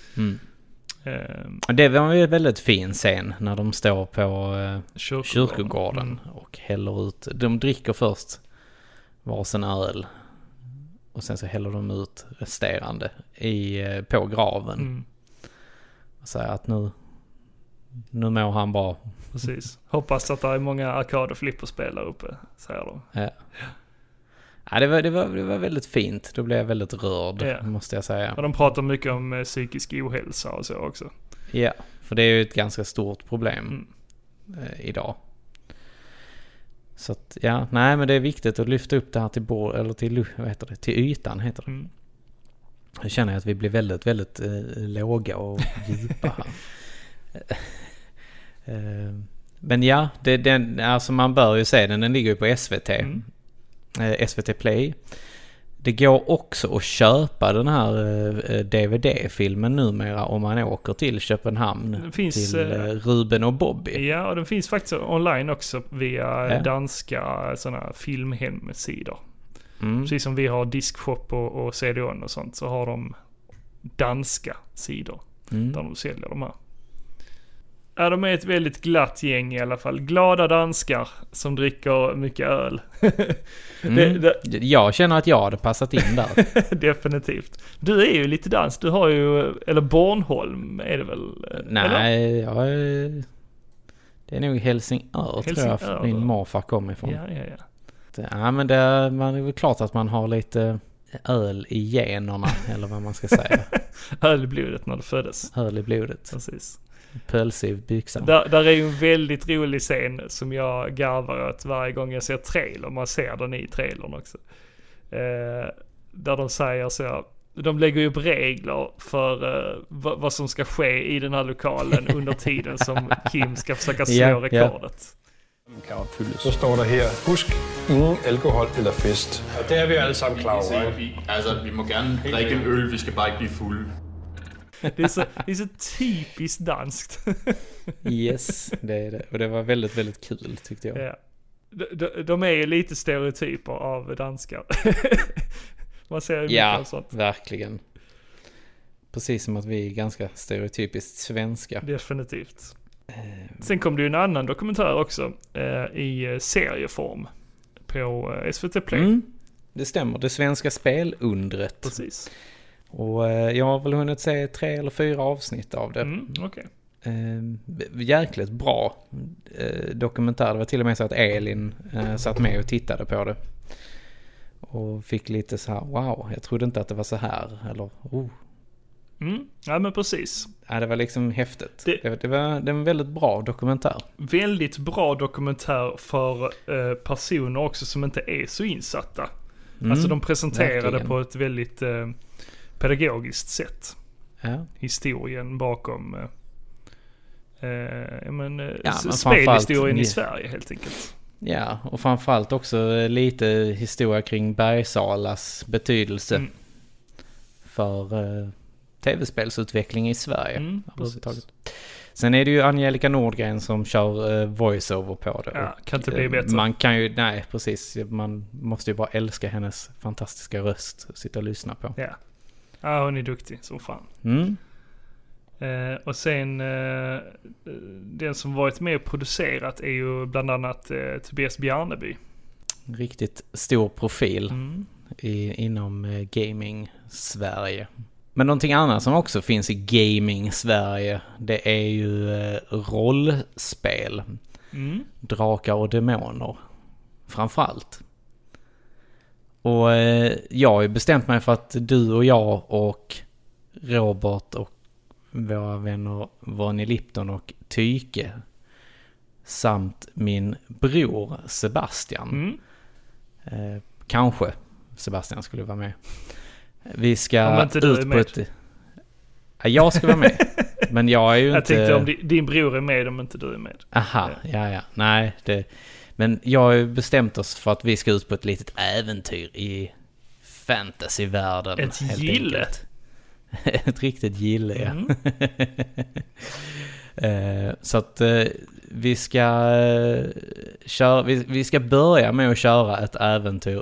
Det var ju väldigt fin scen när de står på kyrkogården och häller ut. De dricker först varsin öl och sen så häller de ut resterande på graven. Och säger att nu mår han bra. Precis. Hoppas att det är många arkad- och flipperspel där uppe, säger de. Ja, det var väldigt fint. Då blev jag väldigt rörd, måste jag säga. Och de pratar mycket om psykisk ohälsa och så också. Ja, för det är ju ett ganska stort problem idag. Så att, men det är viktigt att lyfta upp det här till ytan heter det. Jag känner att vi blir väldigt, väldigt låga och djupa här. Men ja, alltså man bör ju se den ligger ju på SVT. SVT Play. Det går också att köpa den här DVD-filmen numera om man åker till Köpenhamn till Ruben och Bobby. Ja, och den finns faktiskt online också via danska såna filmhemsidor. Precis som vi har Diskshop och CD-ON och sånt, så har de danska sidor där de säljer de här. Ja, de är ett väldigt glatt gäng i alla fall. Glada danskar som dricker mycket öl. Jag känner att jag hade passat in där. Definitivt. Du är ju lite dans. Du har ju, eller Bornholm är det väl? Nej, det är nog Helsingör tror jag min morfar kommer ifrån. Ja, men man är väl klart att man har lite öl i generna, eller vad man ska säga. Öl i blodet när du föddes. Öl i blodet. Precis. Pölsiv byxan. Där är ju en väldigt rolig scen som jag garvar åt varje gång jag ser trailer. Man ser den i trailern också. Där de säger så. De lägger ju upp regler för vad som ska ske i den här lokalen under tiden som Kim ska försöka slå rekordet. Kan opfyldes. Så står der her, husk ingen alkohol eller fest. Og det er vi alle sammen klar over. Vi må gerne drikke en øl, vi ska bara inte bli full. Det är så typiskt danskt. Yes, det är det. Och det var väldigt, väldigt kul tyckte jag. Ja. De är ju lite stereotyper av danskar. Man ser ju mycket av sånt. Ja, verkligen. Precis som att vi är ganska stereotypiskt svenska. Definitivt. Sen kom det ju en annan dokumentär också i serieform på SVT Play. Det stämmer, det svenska spelundret. Precis. Och jag har väl hunnit se 3 eller 4 avsnitt av det. Okej. Jäkligt bra dokumentär. Det var till och med så att Elin satt med och tittade på det. Och fick lite så här, wow, jag trodde inte att det var så här. Eller, Ja men precis. Ja, det var liksom häftigt. Det var en väldigt bra dokumentär. Väldigt bra dokumentär för personer också som inte är så insatta. Alltså de presenterade på ett väldigt pedagogiskt sätt. Ja. Historien bakom spelhistorien i Sverige helt enkelt. Ja, och framförallt också lite historia kring Bergsalas betydelse för tv-spelsutveckling i Sverige. Sen är det ju Angelica Nordgren som kör voiceover på det. Ja, kan inte bli bättre. Man kan ju, nej precis, man måste ju bara älska hennes fantastiska röst att sitta och lyssna på. Ja, hon är duktig som fan. Och sen den som varit med och producerat är ju bland annat Tobias Bjarneby. Riktigt stor profil inom gaming-Sverige. Men någonting annat som också finns i gaming-Sverige, det är ju rollspel. Drakar och demoner. Framförallt. Och jag har ju bestämt mig för att du och jag och Robert och våra vänner Vonnie Lipton och Tyke samt min bror Sebastian. Kanske Sebastian skulle vara med. Vi ska inte du är med. Jag ska vara med. Men jag är ju inte... Jag tänkte om din bror är med om inte du är med. Aha, ja. Nej, men jag har ju bestämt oss för att vi ska ut på ett litet äventyr i fantasyvärlden. Ett gille. Ett riktigt gille, ja. Så att vi ska vi ska börja med att köra ett äventyr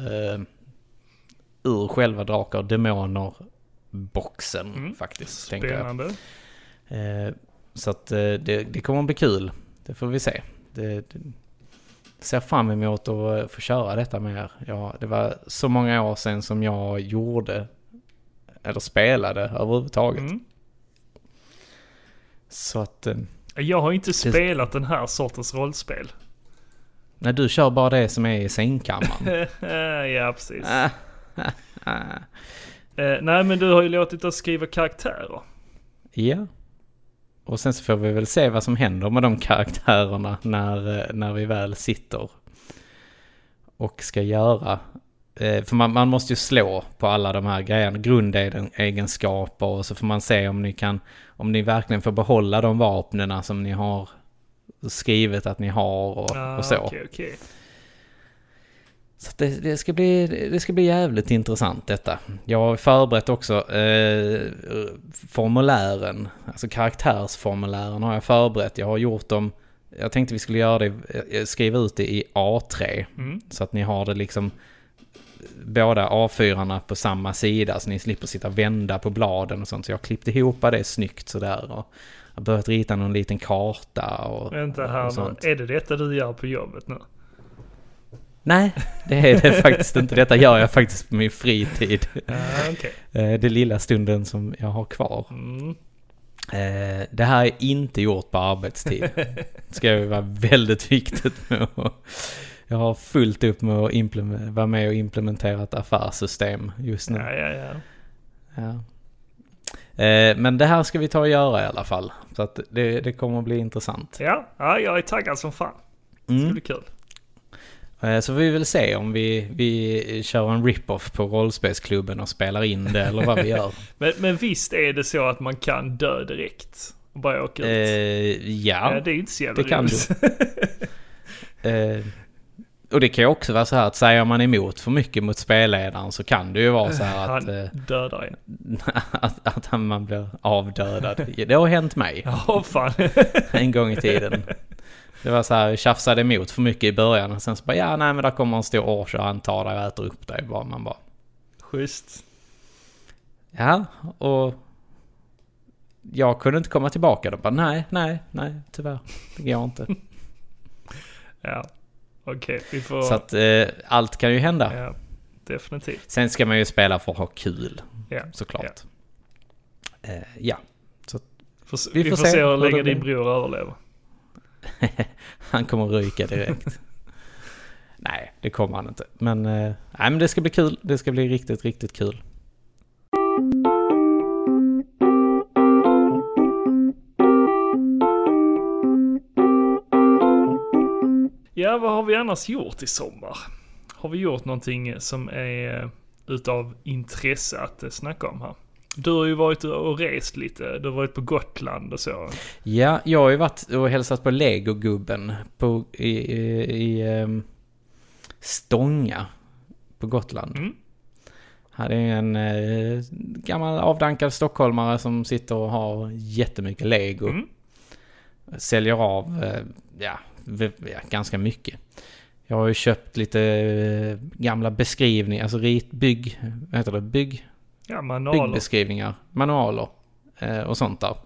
ur själva Drakar och Demoner boxen faktiskt. Spännande. Så att det kommer att bli kul. Det får vi se. Det ser fram emot att få köra detta med er. Ja, det var så många år sedan som jag gjorde eller spelade överhuvudtaget. Så att jag har inte spelat den här sortens rollspel. Nej, du kör bara det som är i sängkammaren. Ja, precis. Nej, men du har ju låtit oss skriva karaktärer. Ja. Och sen så får vi väl se vad som händer med de karaktärerna när vi väl sitter och ska göra. För man måste ju slå på alla de här grejerna, grundegenskaper, och så får man se om ni verkligen får behålla de vapnena som ni har skrivit att ni har och så. Okay. Så det ska bli jävligt intressant detta. Jag har förberett också formulären, alltså karaktärsformulären har jag förberett. Jag har gjort dem, jag tänkte vi skulle göra det, skriva ut det i A3 så att ni har det liksom båda A4-arna på samma sida så ni slipper sitta och vända på bladen och sånt. Så jag har klippt ihop det snyggt sådär och har börjat rita någon liten karta och vänta här och sånt. Är det detta du gör på jobbet nu? Nej, det är det faktiskt inte. Detta gör jag faktiskt på min fritid. Okay. Det lilla stunden som jag har kvar. Det här är inte gjort på arbetstid. Det ska ju vara väldigt viktigt med jag har fullt upp med att vara med och implementera ett affärssystem just nu. Ja. Men det här ska vi ta och göra i alla fall. Så att det kommer att bli intressant. Ja, jag är taggad som fan. Det ska bli kul. Så vi vill se om vi kör en rip-off på rollspelsklubben och spelar in det eller vad vi gör. men visst är det så att man kan dö direkt och bara åka ut? Ja, det är inte så jävla det kan du. Och det kan ju också vara så här att säger man emot för mycket mot spelledaren så kan det ju vara så här att... Han dödar en. att man blir avdödad. Det har hänt mig. Ja, fan. En gång i tiden. Det var så här, tjafsade emot för mycket i början. Och sen så bara, men där kommer en stor års och han tar dig och äter upp dig. Man bara... Schysst. Ja, och... Jag kunde inte komma tillbaka då. Bara, nej, tyvärr. Det går inte. Ja, okej. Vi får... Så att allt kan ju hända. Ja, definitivt. Sen ska man ju spela för att ha kul. Ja. Såklart. Ja. Så vi får se hur länge din bror överlever. Han kommer ryka direkt. Nej, det kommer han inte. Men det ska bli kul. Det ska bli riktigt, riktigt kul. Ja, vad har vi annars gjort i sommar? Har vi gjort någonting som är utav intresse att snacka om här? Du har ju varit och rest lite. Du har varit på Gotland och så. Ja, jag har ju varit och hälsat på Legogubben i Stånga på Gotland. Mm. Här är en gammal avdankad stockholmare som sitter och har jättemycket Lego. Mm. Säljer av ganska mycket. Jag har ju köpt lite gamla beskrivningar, alltså byggbeskrivningar, manualer och sånt där.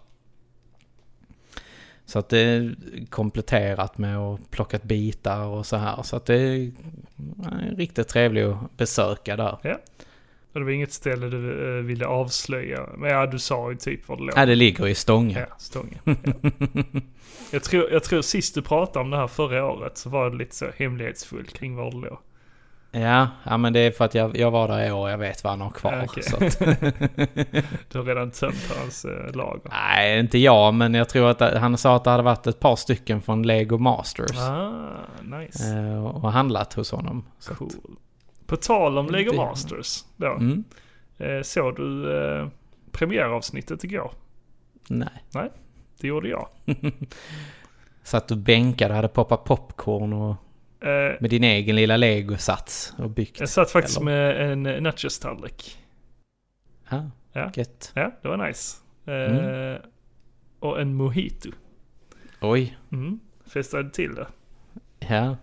Så att det är kompletterat med att plockat bitar och så här. Så att det är riktigt trevligt att besöka där. Ja. Och det var inget ställe du ville avslöja. Men ja, du sa ju typ var det låg. Ja, det ligger i Stånga. Ja, Stånga. Ja. Jag tror sist du pratade om det här förra året så var det lite så hemlighetsfullt kring var det låg. Ja, men det är för att jag var där i år och jag vet vad han har kvar. Okay. Så att... Du har redan tömt hans lager. Nej, inte jag, men jag tror att han sa att det hade varit ett par stycken från Lego Masters. Nice. Och handlat hos honom. Cool. På tal om Lego Masters då. Mm. Såg du premiäravsnittet igår? Nej, det gjorde jag. Satt du bänkade, hade poppat popcorn och med din egen lilla Lego-sats och byggt. Jag satt faktiskt med en nachos-tallrik. Gött. Ja, det var nice. Och en mojito. Oj. Festade till det. Ja.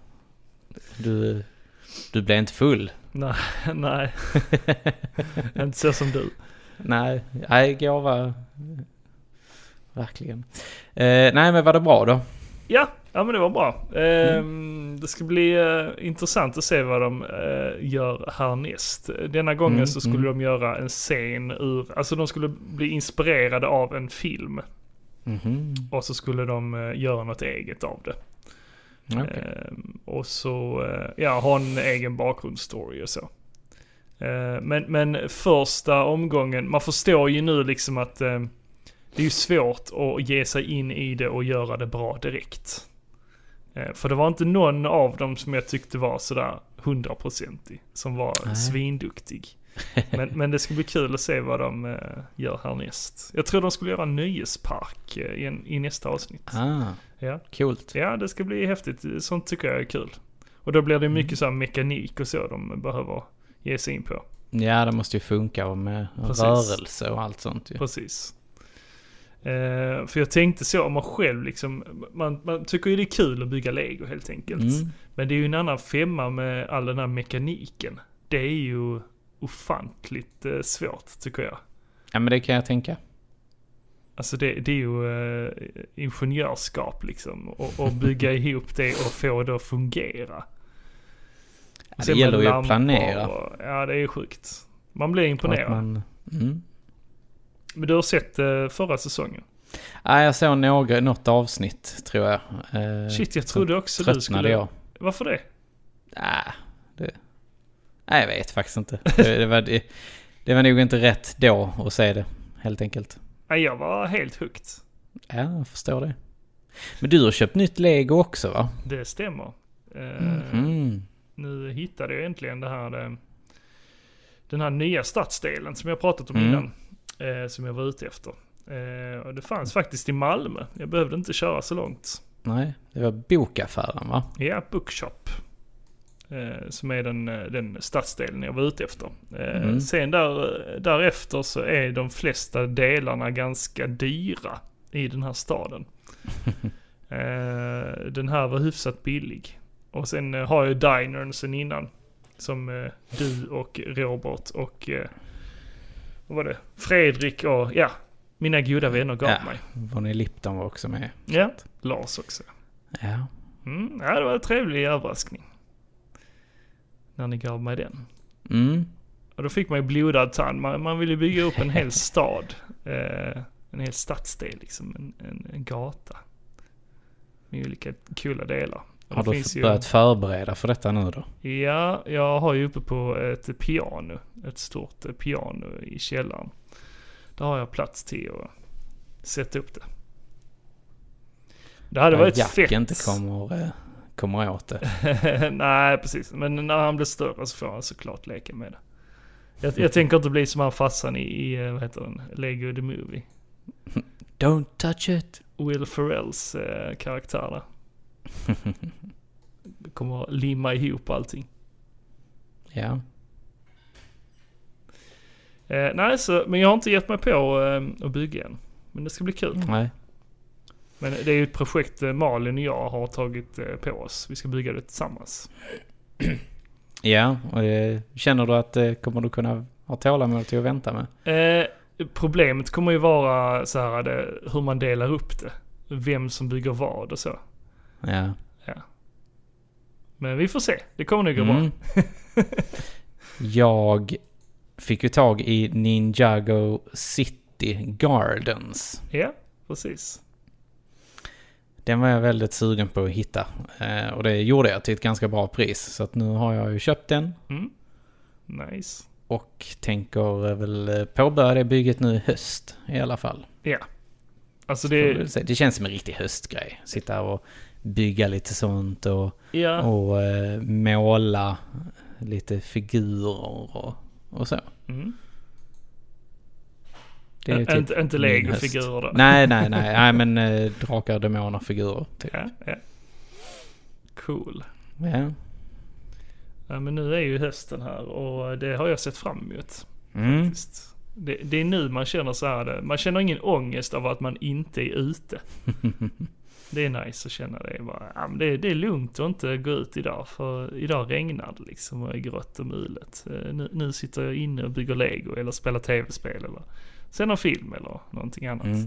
Du blev inte full. Nej. Inte så som du. Nej, jag var verkligen. Nej, men var det bra då? Ja, men det var bra. Det ska bli intressant att se vad de gör härnäst. Denna gången så skulle de göra en scen alltså de skulle bli inspirerade av en film. Och så skulle de göra något eget av det. Okay. Och så ha en egen bakgrundsstory och så. Men första omgången, man förstår ju nu liksom att det är ju svårt att ge sig in i det och göra det bra direkt. För det var inte någon av dem som jag tyckte var sådär 100% som var svinduktig. Men det ska bli kul att se vad de gör härnäst. Jag tror de skulle göra en nöjespark i nästa avsnitt. Ja, coolt. Ja, det ska bli häftigt. Sånt tycker jag är kul. Och då blir det mycket så här mekanik och så de behöver ge sig in på. Ja, det måste ju funka med rörelse och allt sånt ju. Precis. För jag tänkte så om man själv liksom, man tycker ju det är kul att bygga Lego helt enkelt. Men det är ju en annan femma med all den här mekaniken. Det är ju ofantligt svårt tycker jag. Ja, men det kan jag tänka. Alltså det är ju ingenjörskap liksom. Och bygga ihop det och få det att fungera. Ja, det gäller ju att planera. Ja, det är sjukt. Man blir imponerad. Men du har sett förra säsongen? Ja, jag såg något avsnitt tror jag. Shit, jag trodde också du skulle... Jag. Varför det? Nej, jag vet faktiskt inte. Det var nog inte rätt då att se det, helt enkelt. Nej, jag var helt hooked. Ja, jag förstår det. Men du har köpt nytt Lego också, va? Det stämmer. Nu hittade jag äntligen den här nya stadsdelen som jag pratat om innan. Som jag var ute efter. Och det fanns faktiskt i Malmö. Jag behövde inte köra så långt. Nej, det var bokaffären, va? Ja, Bookshop. Som är den stadsdelen jag var ute efter. Sen därefter så är de flesta delarna ganska dyra i den här staden. Den här var hyfsat billig. Och sen har jag dinern sen innan. Som du och Robert och vad var det? Fredrik och mina goda vänner gav mig. Vonnie Lipton var också med. Ja, Lars också. Ja. Ja, det var en trevlig överraskning. När ni gav mig den. Och då fick man ju blodad tand. Man ville bygga upp en hel stad. En hel stadsdel liksom. En gata. Med olika coola delar. Har du börjat förbereda för detta nu då? Ja, jag har ju uppe på ett piano. Ett stort piano i källaren. Där har jag plats till att sätta upp det. Det hade varit Jack fett. Inte kommer åt det. Nej, precis. Men när han blir större så får han såklart leka med det. Jag tänker inte bli som han farsan i vad heter den? Lego the Movie. Don't touch it. Will Ferrells karaktär där. Kommer att limma ihop allting. Ja. Nej, men jag har inte gett mig på att bygga än. Men det ska bli kul. Nej. Men det är ju ett projekt Malin och jag har tagit på oss. Vi ska bygga det tillsammans. Ja, och känner du att kommer du kunna ha tålamod till att vänta med? Problemet kommer ju vara så här, hur man delar upp det. Vem som bygger vad och så. Ja. Men vi får se. Det kommer nog gå bra. Jag fick ju tag i Ninjago City Gardens. Ja, precis. Den var jag väldigt sugen på att hitta. Och det gjorde jag till ett ganska bra pris. Så att nu har jag ju köpt den. Nice. Och tänker väl påbörja det bygget nu i höst i alla fall. Ja. Alltså det känns som en riktig höstgrej. Sitta och bygga lite sånt och måla lite figurer och så. Det är typ inte Lego-figurer då? Nej, men drakar och demoner-figurer typ. Ja. Cool. Ja. Ja, men nu är ju hösten här och det har jag sett fram emot. Faktiskt. Det är nu man känner så här. Man känner ingen ångest av att man inte är ute. Det är nice att känna det. Det är lugnt att inte gå ut idag. För idag regnar det liksom och är grått och mulet. Nu sitter jag inne och bygger Lego eller spelar tv-spel eller ser någon film eller någonting annat.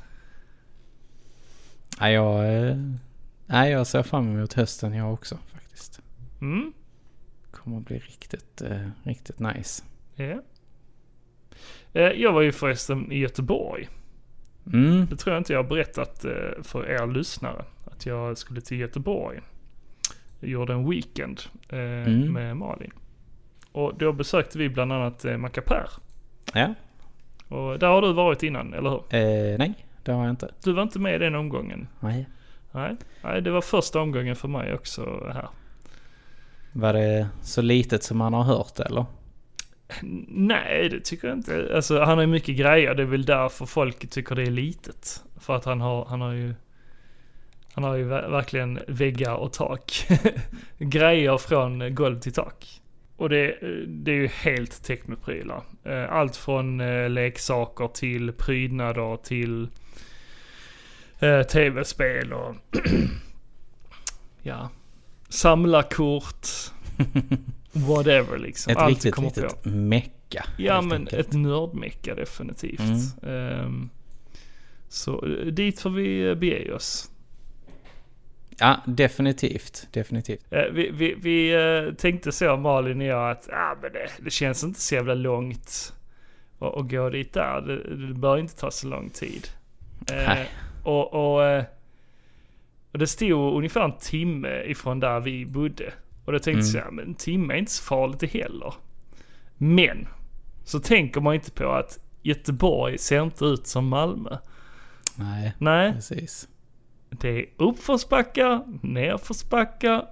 Jag ser fram emot hösten jag också faktiskt. Kommer att bli riktigt nice. Ja. Jag var ju förresten i Göteborg. Det tror jag inte jag har berättat för er lyssnare. Att jag skulle till Göteborg. Jag gjorde en weekend med Malin. Och då besökte vi bland annat Macapär. Ja. Och där har du varit innan, eller hur? Nej, det har jag inte. Du var inte med i den omgången? Nej, det var första omgången för mig också här. Var det så litet som man har hört, eller? Nej, det tycker jag inte. Alltså, han har ju mycket grejer. Det är väl därför folk tycker det är litet. För att han har ju verkligen väggar och tak. Grejer från golv till tak. Och det är ju helt täckt med prylar. Allt från leksaker till prydnader till tv-spel och samlarkort. Whatever liksom. Ett allt riktigt litet mecka. Ja, men ett nördmecka definitivt. Så dit får vi bege oss. Ja, definitivt. Vi tänkte så, Malin och jag, att men det känns inte så jävla långt att gå dit där. Det bör inte ta så lång tid. Och det stod ungefär en timme ifrån där vi bodde. Och då tänkte jag, men en timme är inte så farligt det heller. Men så tänker man inte på att Göteborg ser inte ut som Malmö. Nej. Precis. Det är uppförsbacka, nerförsbacka,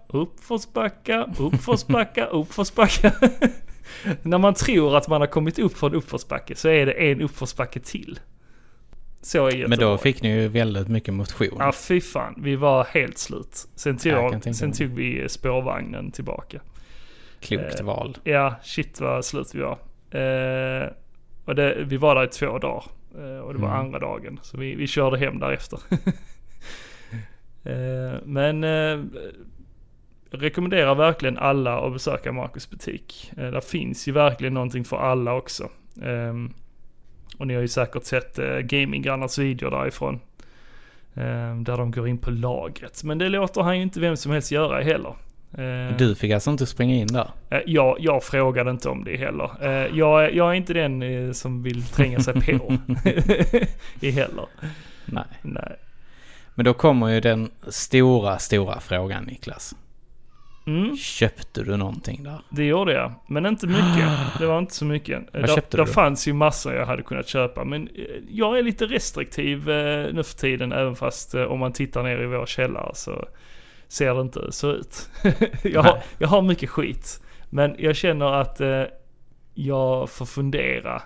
uppförsbacka. När man tror att man har kommit upp från uppförsbacke så är det en uppförsbacke till. Så i Göteborg. Men då fick ni ju väldigt mycket motion. Ja, fy fan. Vi var helt slut. Sen tog vi spårvagnen tillbaka. Klokt val. Ja, shit vad slut vi var. Och vi var där i 2 dagar. Och det var andra dagen. Så vi körde hem därefter. Men jag rekommenderar verkligen alla att besöka Marcus butik. Där finns ju verkligen någonting för alla också. Och ni har ju säkert sett Gaming-grannars videor därifrån. Där de går in på lagret. Men det låter han ju inte vem som helst göra heller. Du fick alltså inte springa in där? Jag frågade inte om det heller. Jag är inte den som vill tränga sig på i heller. Nej. Men då kommer ju den stora frågan, Niklas. Köpte du någonting där? Det gjorde jag, men inte mycket. Det var inte så mycket. Vad köpte du? Det fanns ju massor jag hade kunnat köpa. Men jag är lite restriktiv nu för tiden. Även fast om man tittar ner i vår källare så ser det inte så ut. Jag har mycket skit. Men jag känner att jag får fundera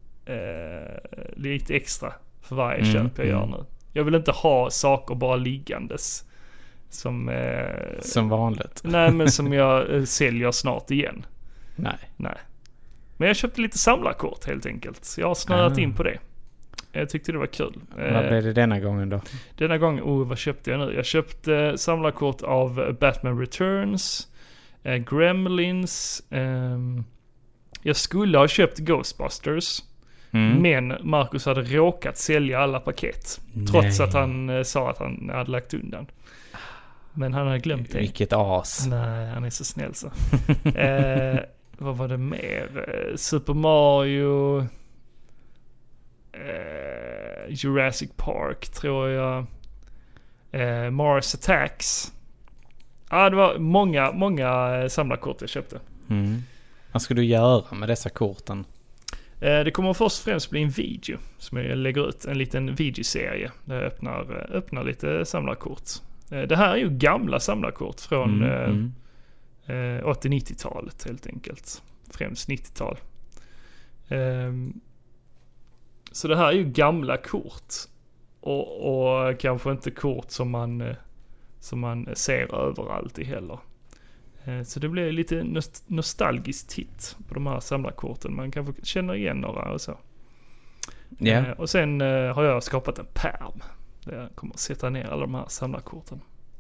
lite extra för varje köp jag gör nu. Jag vill inte ha saker bara liggandes. Som vanligt. Nej, men som jag säljer snart igen. Nej. Men jag köpte lite samlarkort helt enkelt. Jag har snöat in på det. Jag tyckte det var kul. Vad blev det denna gången då? Denna gången, vad köpte jag nu? Jag köpte samlarkort av Batman Returns, Gremlins. Jag skulle ha köpt Ghostbusters. Men Marcus hade råkat sälja alla paket. Trots att han sa att han hade lagt undan. Men han hade glömt det. Vilket as. Nej, han är så snäll så. Vad var det mer? Super Mario, Jurassic Park tror jag. Mars Attacks. Det var många samlarkort jag köpte. Vad ska du göra med dessa korten? Det kommer först och främst bli en video som jag lägger ut. En liten videoserie där jag öppnar lite samlarkort. Det här är ju gamla samlarkort från 80-90-talet helt enkelt. Främst 90-tal. Så det här är ju gamla kort. Och kanske inte kort som man ser överallt i heller. Så det blir lite nostalgisk titt på de här samlarkorten. Man kanske känner igen några och så. Yeah. Och sen har jag skapat en pärm där jag kommer att sätta ner alla de här samlarkorten.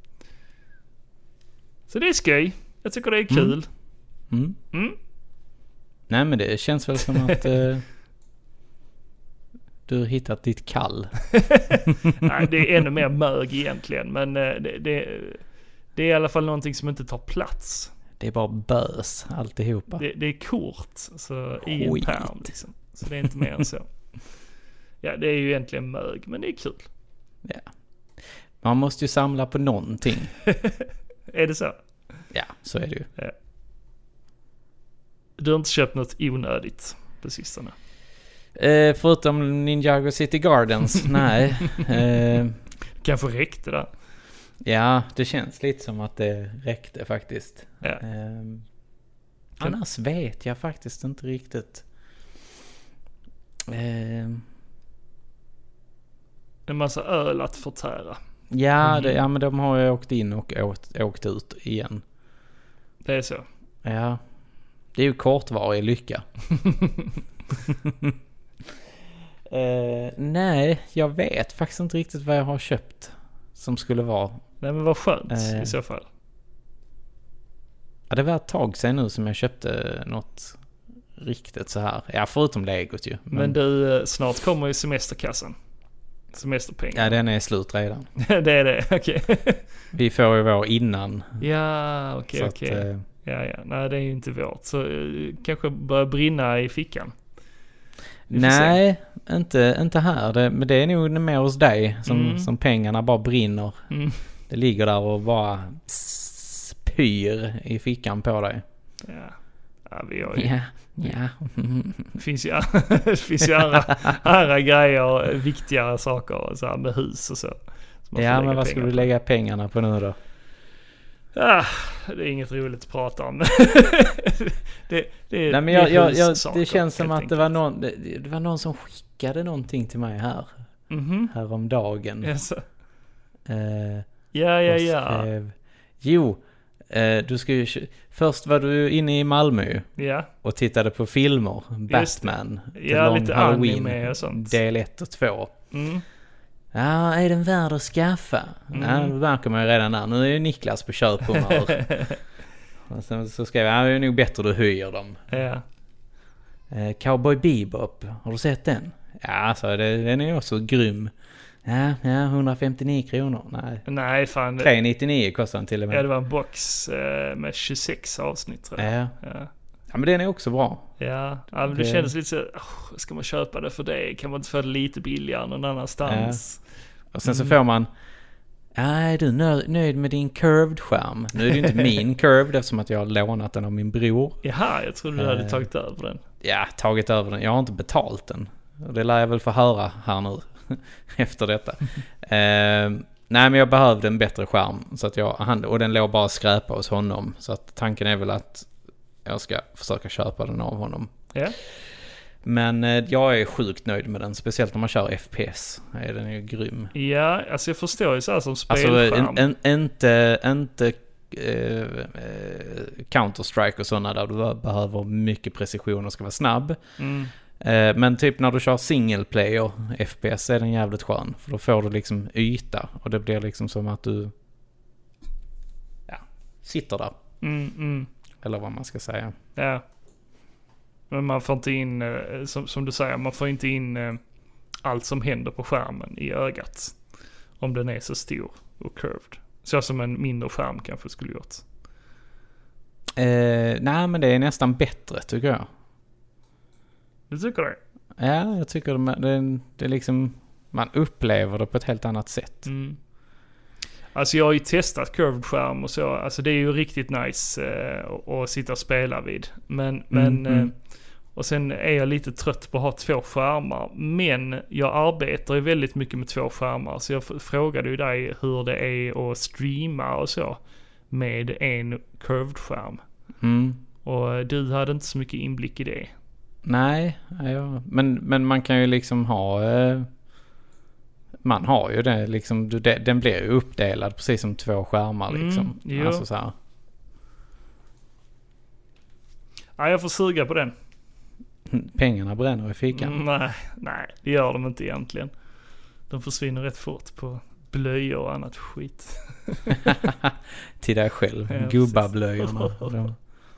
Så det är skoj. Jag tycker det är kul. Nej, men det känns väl som att du har hittat ditt kall. Nej, det är ännu mer mög egentligen. Men det är i alla fall någonting som inte tar plats. Det är bara bös alltihopa. Det är kort så i en pärm liksom. Så det är inte mer än så. Ja, det är ju egentligen mög, men det är kul. Ja. Man måste ju samla på någonting. Är det så? Ja, så är det ju. Ja. Du har inte köpt något onödigt på sistone? Förutom Ninjago City Gardens, nej. Kanske räckte det. Ja, det känns lite som att det räckte faktiskt. Ja. Annars vet jag faktiskt inte riktigt. En massa öl att förtära. Ja, men de har ju åkt in och åkt ut igen. Det är så. Ja. Det är ju kortvarig lycka. Nej, jag vet faktiskt inte riktigt vad jag har köpt som skulle vara. Nej, men vad skönt i så fall. Ja, det var ett tag sedan nu som jag köpte något riktigt så här. Ja, förutom Legot ju. Men du, snart kommer ju semesterkassan. Semesterpengar. Ja, den är slut redan. Det är det, okej. Vi får ju vår innan. Ja, okej. Ja. Nej, det är ju inte vårt. Så kanske börjar brinna i fickan. Nej, inte här. Men det är nog mer hos dig som pengarna bara brinner. Det ligger där och bara spyr i fickan på dig. Ja, vi har ju... Ja. Det finns ju andra grejer, viktigare saker så här med hus och så. Ja, men vad ska du lägga pengarna på nu då? Det är inget roligt att prata om. Nej, men det känns som att det var någon som skickade någonting till mig här. häromdagen. Yes. Ja. Jo, du ska ju... Först var du inne i Malmö och tittade på filmer. Batman, The Long Halloween, och sånt. del 1 och 2. Ja, är den värd att skaffa? Ja, då märker man ju redan där. Nu är ju Niklas på köphumör. Och sen så skrev jag, det är nog bättre du höjer dem. Ja. Cowboy Bebop, har du sett den? Ja, så den är också grym. Ja, 159 kronor. Nej, fan. 399 kostar den till och med. Ja, det var en box med 26 avsnitt, tror jag. Ja, men den är också bra. Ja, men det kändes lite så, ska man köpa det för det? Kan man inte få det lite billigare någon annanstans? Ja. Och sen så får man, är du nöjd med din curved-skärm? Nu är det ju inte min curved eftersom att jag har lånat den av min bror. Jaha, jag trodde du hade tagit över den. Ja, tagit över den. Jag har inte betalt den. Och det lär jag väl få höra här nu efter detta. Nej, men jag behövde en bättre skärm så att och den låg bara skräpa hos honom. Så att tanken är väl att jag ska försöka köpa den av honom. Ja. Men jag är sjukt nöjd med den. Speciellt när man kör FPS. Den är ju grym. Ja, alltså jag förstår ju så här som spelskärm. Alltså inte Counter-Strike och sådana där du behöver mycket precision och ska vara snabb. Men typ när du kör single player FPS är den jävligt skön. För då får du liksom yta. Och det blir liksom som att du sitter där. Eller vad man ska säga. Ja. Men man får inte in, som du säger, man får inte in allt som händer på skärmen i ögat. Om den är så stor och curved. Så som en mindre skärm kanske skulle gjort. Nej, men det är nästan bättre tycker jag. Du tycker det? Ja, jag tycker det är liksom, man upplever det på ett helt annat sätt. Alltså jag har ju testat curved skärm och så. Alltså det är ju riktigt nice att sitta och spela vid. Men och sen är jag lite trött på att ha 2 skärmar. Men jag arbetar ju väldigt mycket med 2 skärmar. Så jag frågade ju dig hur det är att streama och så med en curved skärm. Och du hade inte så mycket inblick i det. Nej, men man kan ju liksom ha... Man har ju det liksom, den blir ju uppdelad precis som 2 skärmar liksom. Alltså så här. Ja, jag får suga på den. Pengarna bränner i fickan. Nej, det gör de inte egentligen. De försvinner rätt fort på blöjor och annat skit. Till dig själv, gubbablöjorna.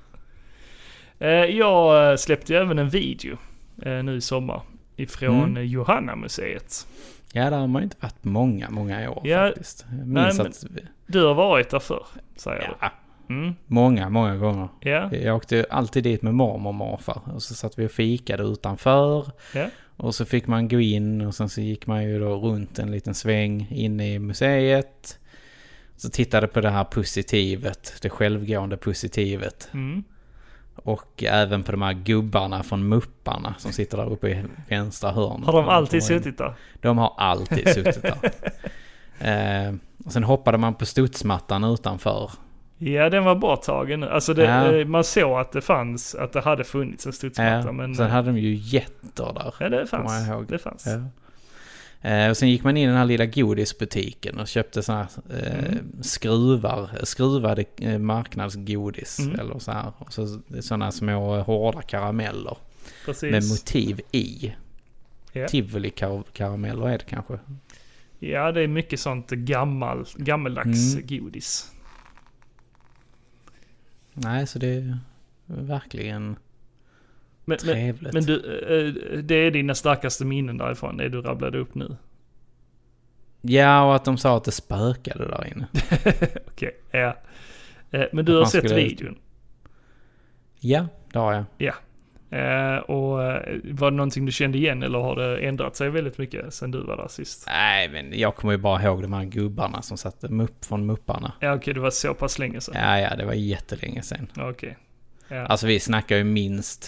Jag släppte ju även en video nu i sommar ifrån Johanna-museet. Ja, där har man inte varit många år faktiskt. Du har varit där förr, säger du. Många gånger. Ja. Jag åkte alltid dit med mormor och morfar. Och så satt vi och fikade utanför. Ja. Och så fick man gå in. Och sen så gick man ju då runt en liten sväng inne i museet. Så tittade på det här positivet. Det självgående positivet. Och även på de här gubbarna från Mupparna som sitter där uppe i vänstra hörnet. Har de alltid suttit där? De har alltid suttit där. Och sen hoppade man på studsmattan utanför. Ja, den var borttagen. Alltså man såg att det hade funnits en studsmatta. Men sen hade de ju jätter där. Ja, det fanns. Ja. Och sen gick man in i den här lilla godisbutiken och köpte såna skruvade marknadsgodis eller så här. Och så såna små hårda karameller. Precis. Med motiv i. Ja. Tivoli karameller är det kanske. Ja, det är mycket sånt gammaldags godis. Nej, så det är verkligen trevligt. Men du, det är dina starkaste minnen därifrån, det du rabblade upp nu. Ja, och att de sa att det spökade där inne. Okej, ja. Men du har sett videon? Ja, det har jag. Ja. Och var det någonting du kände igen eller har det ändrat sig väldigt mycket sen du var där sist? Nej, men jag kommer ju bara ihåg de här gubbarna som satt från Mupparna. Ja, okej, det var så pass länge sedan. Ja, det var jättelänge sedan. Okej. Ja. Alltså vi snackar ju minst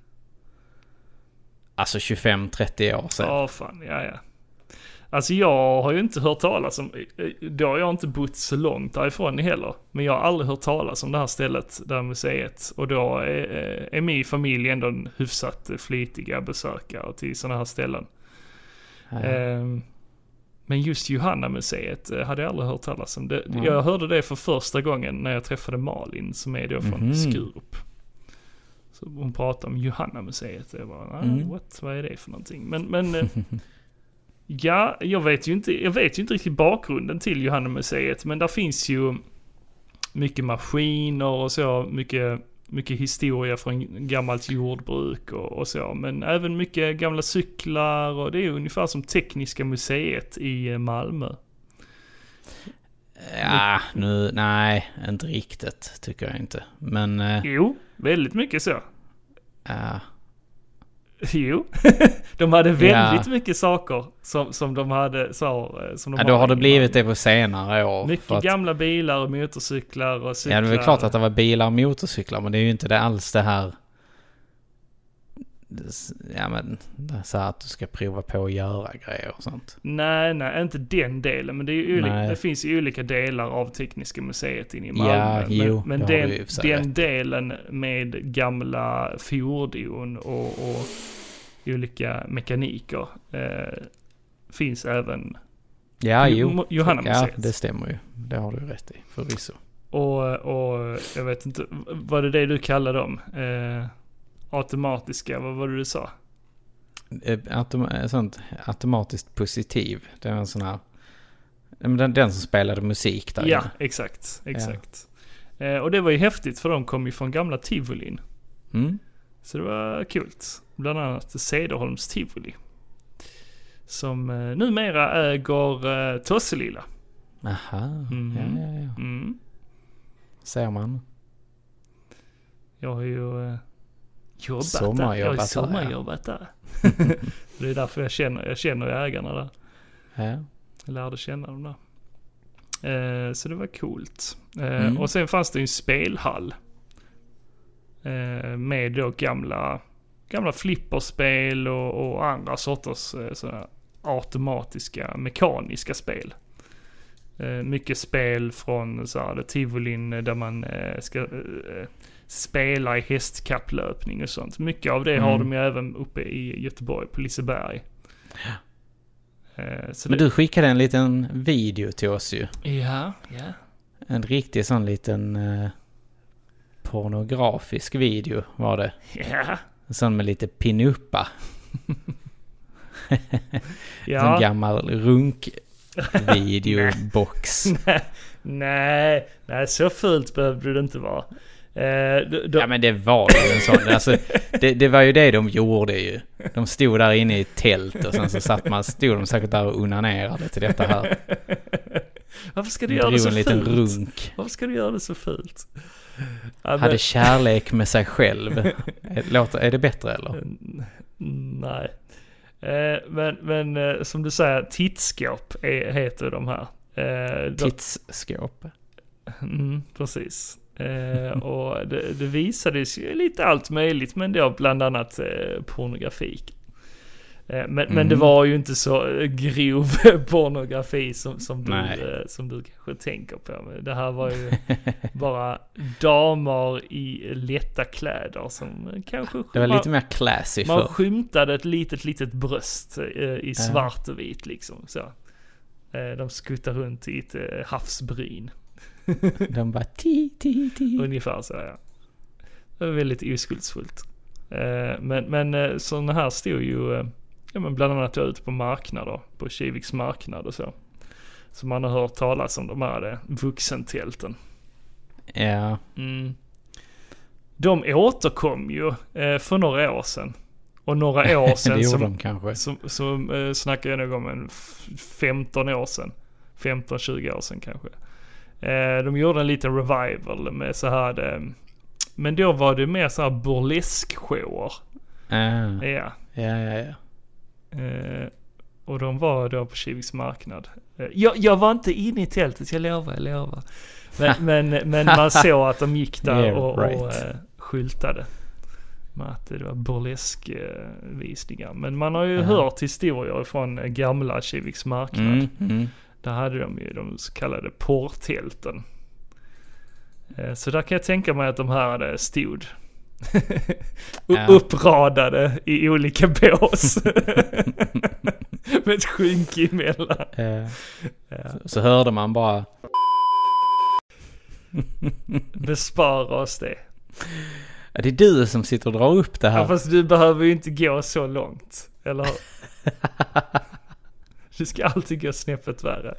25-30 år sedan. Ja, fan, ja. Alltså jag har ju inte hört talas om, då har jag inte bott så långt därifrån heller. Men jag har aldrig hört talas om det här stället, det här museet. Och då är min familj ändå en hyfsat flitiga besökare till sådana här ställen. Men just Johanna-museet hade jag aldrig hört talas om. Jag hörde det för första gången när jag träffade Malin som är då från Skurup. Så hon pratade om Johanna-museet. Jag bara, vad är det för någonting? Men ja, jag vet ju inte riktigt bakgrunden till Johanna-museet. Men där finns ju mycket maskiner och så, mycket historia från gammalt jordbruk och så. Men även mycket gamla cyklar och det är ungefär som Tekniska museet i Malmö. Ja, nej, inte riktigt tycker jag inte. Men... Jo, väldigt mycket så. Ja. Jo, de hade väldigt mycket saker som de hade då har det blivit det på senare år. Mycket gamla bilar och motorcyklar och cyklar. Ja, det är väl klart att det var bilar och motorcyklar, men det är ju inte alls det här. Ja, men det är så att du ska prova på att göra grejer och sånt. Nej, inte den delen, men det är ju det finns ju olika delar av Tekniska museet inne i Malmö. Ja, men den delen med gamla fordon och olika mekaniker finns även Johanna-museet. Ja, det stämmer ju. Det har du rätt i, förvisso. Och jag vet inte, var det du kallade dem? Automatiska, vad var det du sa? Sånt automatiskt positiv. Det är en sån här... Den som spelade musik där. Ja, exakt. Och det var ju häftigt för de kom ju från gamla Tivolin. Så det var kul. Bland annat Cederholms Tivoli. Som numera äger Tosselilla. Aha, ja. Ser man. Jag har ju... sommarjobbat där. Det är därför jag känner ägarna där. Ja. Jag lärde känna dem där. Så det var coolt. Och sen fanns det en spelhall. Med då gamla flipperspel och andra sorters sådana automatiska, mekaniska spel. Mycket spel från så här, Tivolin där man ska... spela i hästkapplöpning och sånt. Mycket av det har de ju även uppe i Göteborg på Liseberg. Men du skickade en liten video till oss ju. Ja. En riktig sån liten pornografisk video var det. Ja. En sån med lite pinuppa. Ja. Sån gammal runk-videobox. Nej, så fullt behövde det inte vara. Ja, men det var ju en sån. Alltså, det var ju det de gjorde ju. De stod där inne i ett tält och sen så stod de säkert där och onanerade till detta här. Varför ska du göra det så fult? Liten runk. Varför ska du göra det så fult? Hade kärlek med sig själv. Är det bättre eller? Nej. Men som du säger, tittskåp heter de här. Tittskåp. Precis. Och det visades ju lite allt möjligt, men det var bland annat pornografi. Men det var ju inte så grov pornografi som du kanske tänker på. Men det här var ju bara damer i lätta kläder som kanske... Det var lite mer classy. Man skymtade ett litet bröst i svart och vit liksom. Så. De skuttar runt i ett havsbryn. De bara ti. Ungefär så, ja. Det var väldigt oskuldsfullt. Men sådana här stod ju bland annat ute på marknader, på Kiviks marknad och så. Så man har hört talas om de här vuxentälten. Ja. De återkom ju för några år sedan. Och några år sedan det gjorde de kanske. Så snackar jag nog om en 15 år sedan. 15-20 år sedan kanske. De gjorde en liten revival med så här. Men då var det mer så här burlesk-shower. Ja. Och de var då på Kiviks marknad. Jag var inte inne i tältet, jag lovar. Men man såg att de gick där och skyltade med att det var burlesk-visningar. Men man har ju hört historier från gamla Kiviks marknad. Där hade de ju de så kallade porrtälten. Så där kan jag tänka mig att de här stod uppradade i olika bås. Med ett skynke emellan. Så hörde man bara... Bespara oss det. Det är du som sitter och drar upp det här. Ja, fast du behöver ju inte gå så långt. Eller? Du ska alltid gå snäppet värre.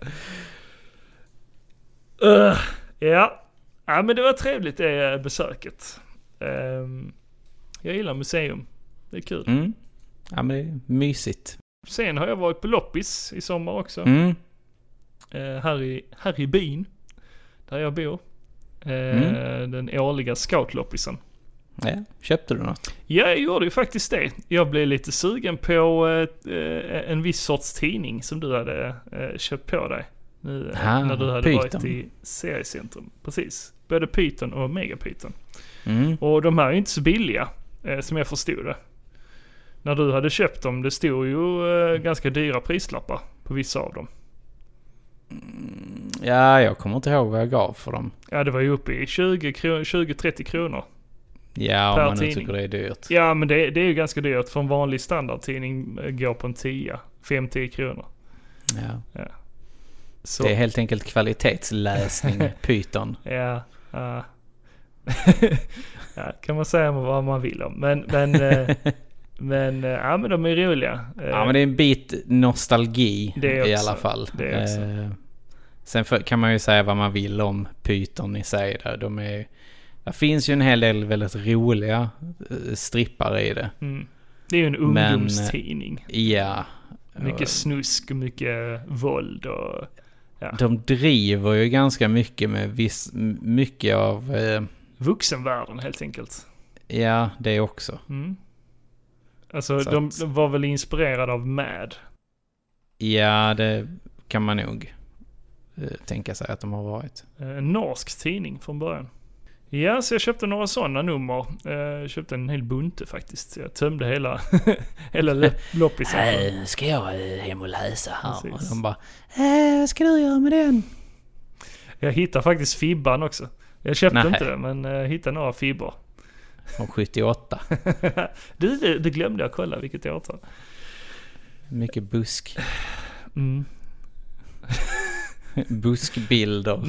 Ja, men det var trevligt det besöket. Jag gillar museum. Det är kul. Ja, men det är mysigt. Sen har jag varit på loppis i sommar också. Här i byn. Där jag bor. Den årliga scoutloppisen. Ja, köpte du något? Ja, jag gjorde ju faktiskt det. Jag blev lite sugen på en viss sorts tidning som du hade köpt på dig. Nu, när du hade Python. varit i Seriecentrum. Precis. Både Python och Megapython. Och de här är inte så billiga, som jag förstod det. När du hade köpt dem, det stod ju ganska dyra prislappar på vissa av dem. Ja, jag kommer inte ihåg vad jag gav för dem. Ja, det var ju uppe i 20-30 kronor. Ja, om man nu tycker det är dyrt. Ja, men det är ju ganska dyrt. För en vanlig standardtidning går på en 5-10 kronor. Ja. Så. Det är helt enkelt kvalitetsläsning, Python. Ja. Ja, kan man säga vad man vill om. Men de är roliga. Ja, men det är en bit nostalgi det också, i alla fall. Det också. Sen kan man ju säga vad man vill om Python i sig. Det finns ju en hel del väldigt roliga strippar i det. Det är ju en ungdomstidning. Ja. Mycket snusk och mycket våld och... Ja. De driver ju ganska mycket med mycket av... vuxenvärlden helt enkelt. Ja, det också. Alltså de var väl inspirerade av Mad. Ja, det kan man nog tänka sig att de har varit. En norsk tidning från början. Ja, så jag köpte några sådana nummer. Jag köpte en hel bunte faktiskt. Jag tömde hela loppisen. Nu ska jag hem och läsa här. Precis. Och de bara, vad ska du göra med den? Jag hittade faktiskt Fibban också. Jag köpte inte det, men hittade några Fibbar. Från 78. Det glömde jag kolla vilket årtal. Mycket busk. Buskbilder.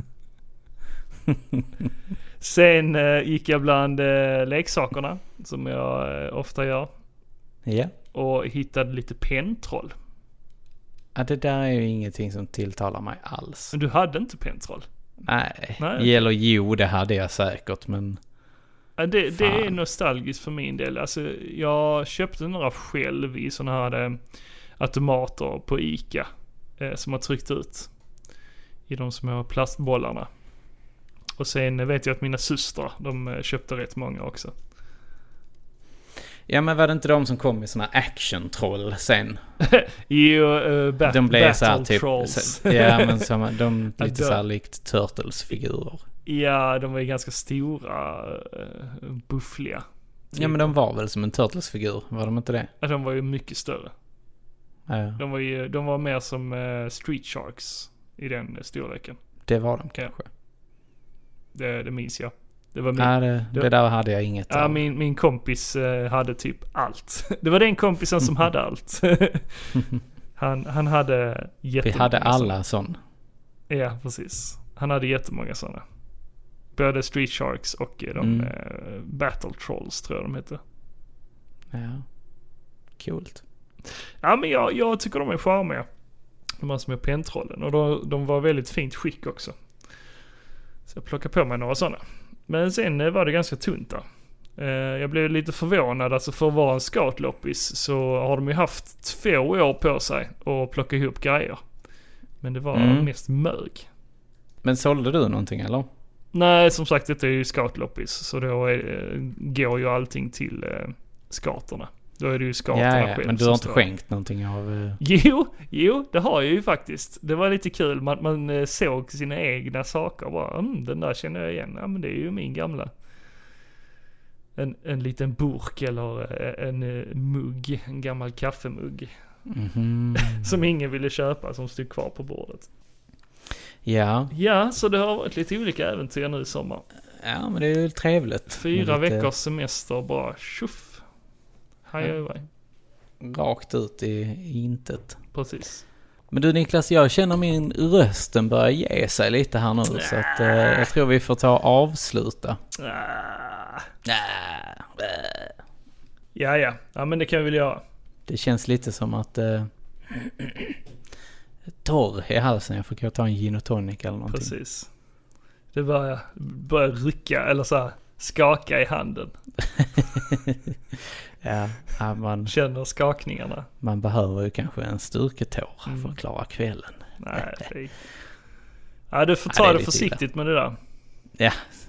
Sen gick jag bland leksakerna som jag ofta gör. Ja. Och hittade lite pentroll. Ja, det där är ju ingenting som tilltalar mig alls. Men du hade inte pentroll? Nej. Eller jo, det hade jag säkert, men... Ja, det är nostalgiskt för min del. Alltså, jag köpte några själv i såna här automater på Ica. Som har tryckt ut i de små plastbollarna. Och sen vet jag att mina systrar, de köpte rätt många också. Ja, men var det inte de som kom med såna action-troll sen? De blev så här typ... Trolls. Ja, men de lite så här likt Turtles-figurer. Ja, de var ju ganska stora, buffliga. Typ. Ja, men de var väl som en Turtles-figur, var de inte det? Ja, de var ju mycket större. Ja. De var mer som Street Sharks i den storleken. Det var de kanske. Det minns jag. Det var det där hade jag inget av. Min kompis hade typ allt. Det var den kompisen som hade allt. han hade jättemånga. Vi hade alla sån. Ja, precis. Han hade jättemånga såna. Både Street Sharks och de Battle Trolls tror jag de heter. Ja. Coolt. Ja, men jag tycker de är charmiga. De här små pentrollen. Och de var väldigt fint skick också. Så jag plockade på mig några sådana. Men sen var det ganska tunt där. Jag blev lite förvånad. Alltså för att vara en scoutloppis så har de ju haft 2 år på sig att plocka ihop grejer. Men det var mest mög. Men sålde du någonting eller? Nej, som sagt, detta är ju scoutloppis. Så då går ju allting till scouterna. Då är det ju scouterna själv. Men du har inte skänkt någonting av... Jo, det har jag ju faktiskt. Det var lite kul. Man såg sina egna saker. Bara, den där känner jag igen. Ja, men det är ju min gamla. En liten burk eller en mugg. En gammal kaffemugg. Som ingen ville köpa, som stod kvar på bordet. Ja. Ja, så det har varit lite olika äventyr nu i sommar. Ja, men det är ju trevligt. 4 veckors semester bara tjuff. Hej. rakt ut i intet. Precis. Men du Niklas, jag känner min rösten börjar ge sig lite här nu. Så att jag tror vi får ta och avsluta. Ja, men det kan vi väl göra. Det känns lite som att torr i halsen. Jag får gå ta en gin och tonic eller någonting. Precis. Det börjar rycka eller så här, skaka i handen. Ja, man känner skakningarna. Man behöver ju kanske en styrketår för att klara kvällen. Nej. Ja, du får ta det försiktigt illa med det där. Ja.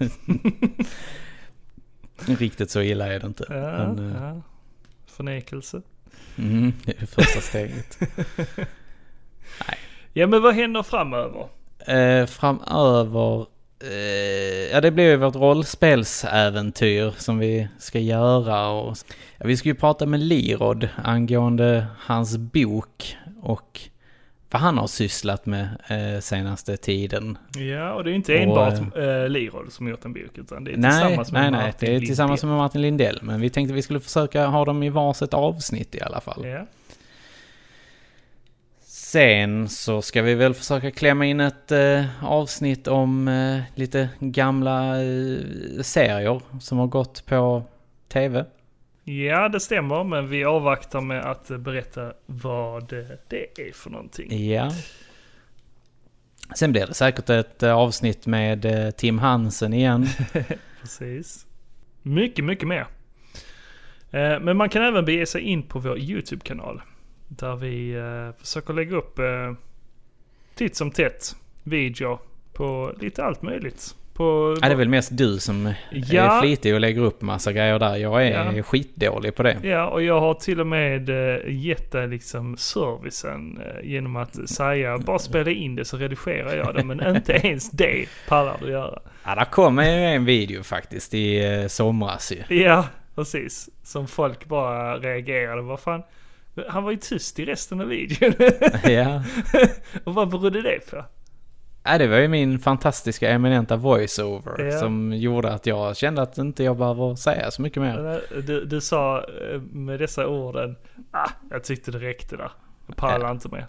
Riktigt så illa är det inte. Ja. Förnekelse. Det är första steget. Nej. Ja, men vad händer framöver? Framöver... det blir ju vårt rollspelsäventyr som vi ska göra. Och, vi ska ju prata med Lirod angående hans bok och vad han har sysslat med senaste tiden. Ja, och det är inte enbart Lirod som gjort en bok, utan det är tillsammans med Martin det är tillsammans med Martin Lindell. Men vi tänkte vi skulle försöka ha dem i varsitt avsnitt i alla fall. Ja. Sen så ska vi väl försöka klämma in ett avsnitt om lite gamla serier som har gått på tv. Ja, det stämmer, men vi avvaktar med att berätta vad det är för någonting. Ja. Sen blir det säkert ett avsnitt med Tim Hansen igen. Precis. Mycket, mycket mer. Men man kan även bege sig in på vår YouTube-kanal. Där vi försöker lägga upp titt som tätt video på lite allt möjligt. Det är väl mest du som är flitig och lägger upp massa grejer där. Jag är skitdålig på det. Ja, och jag har till och med gett dig liksom servicen genom att säga bara spela in det så redigerar jag det. Men inte ens det pallar du göra. Ja, där kommer en video faktiskt i somras ju. Ja, precis. Som folk bara reagerade. Vad fan? Han var ju tyst i resten av videon. Ja. Och vad berodde det på? Det var ju min fantastiska eminenta voiceover som gjorde att jag kände att inte jag behöver säga så mycket mer. Du sa med dessa orden, jag tyckte det räckte där. Jag pallar inte med.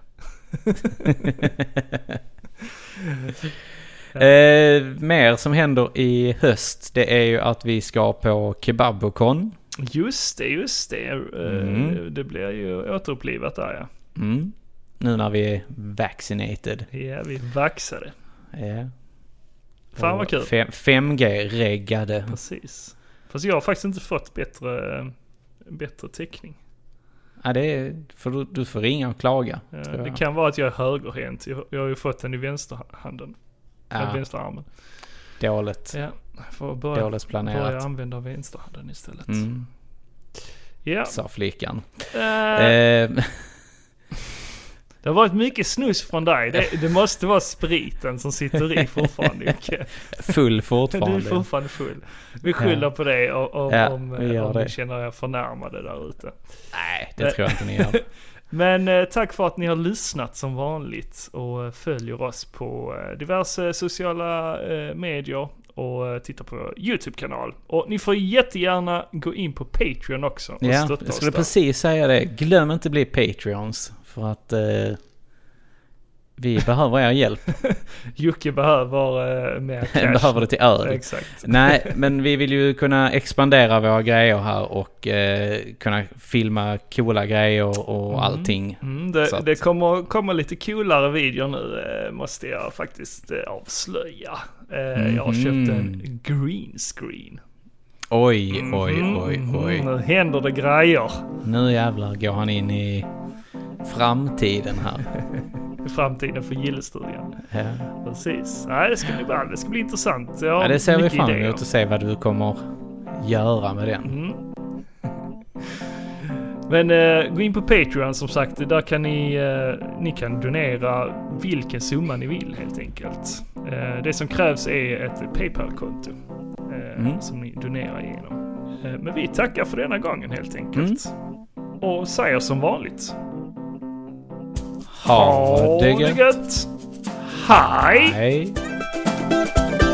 Mer som händer i höst, det är ju att vi ska på Kebabocon. Just det. Det blir ju återupplivat där, ja. Nu när vi är vaccinated. Ja, vi är vaxade. Ja. Fan vad kul. 5G-reggade. Precis. Fast jag har faktiskt inte fått bättre täckning. Ja, det är för du får ringa och klaga. Det kan vara att jag är högerhänt. Jag har ju fått den i vänsterhanden. Vänsterarmen. Dåligt. Ja, får dåligt planerat. Börja använda vänsterhanden istället. Ja. Sa flickan. Det har varit mycket snus från dig. Det måste vara spriten som sitter i fortfarande. Full fortfarande. Du är fortfarande full. Vi skyller på det om ni känner er förnärmade där ute. Nej, det tror jag inte ni gör. Men tack för att ni har lyssnat som vanligt och följer oss på diverse sociala medier och tittar på YouTube-kanal. Och ni får jättegärna gå in på Patreon också och stötta oss. Jag skulle precis säga det. Glöm inte bli Patreons för att vi behöver er hjälp. Jocke behöver mer cash. Behöver det till öl. Exakt. Nej, men vi vill ju kunna expandera våra grejer här och kunna filma coola grejer och allting. Det kommer komma lite coolare videor nu, måste jag faktiskt avslöja. Jag har köpt en green screen. Oj. Nu händer det grejer. Nu jävlar går han in i framtiden här. Framtiden för Gillestudion. Ja. Precis. Nej, det ska bli intressant. Det ser vi fram emot att se vad du kommer göra med den. Men gå in på Patreon som sagt. Där kan ni kan donera vilken summa ni vill helt enkelt. Det som krävs är ett PayPal-konto som ni donerar igenom. Men vi tackar för denna gången helt enkelt. Och säger som vanligt. Ha det gött. Hej!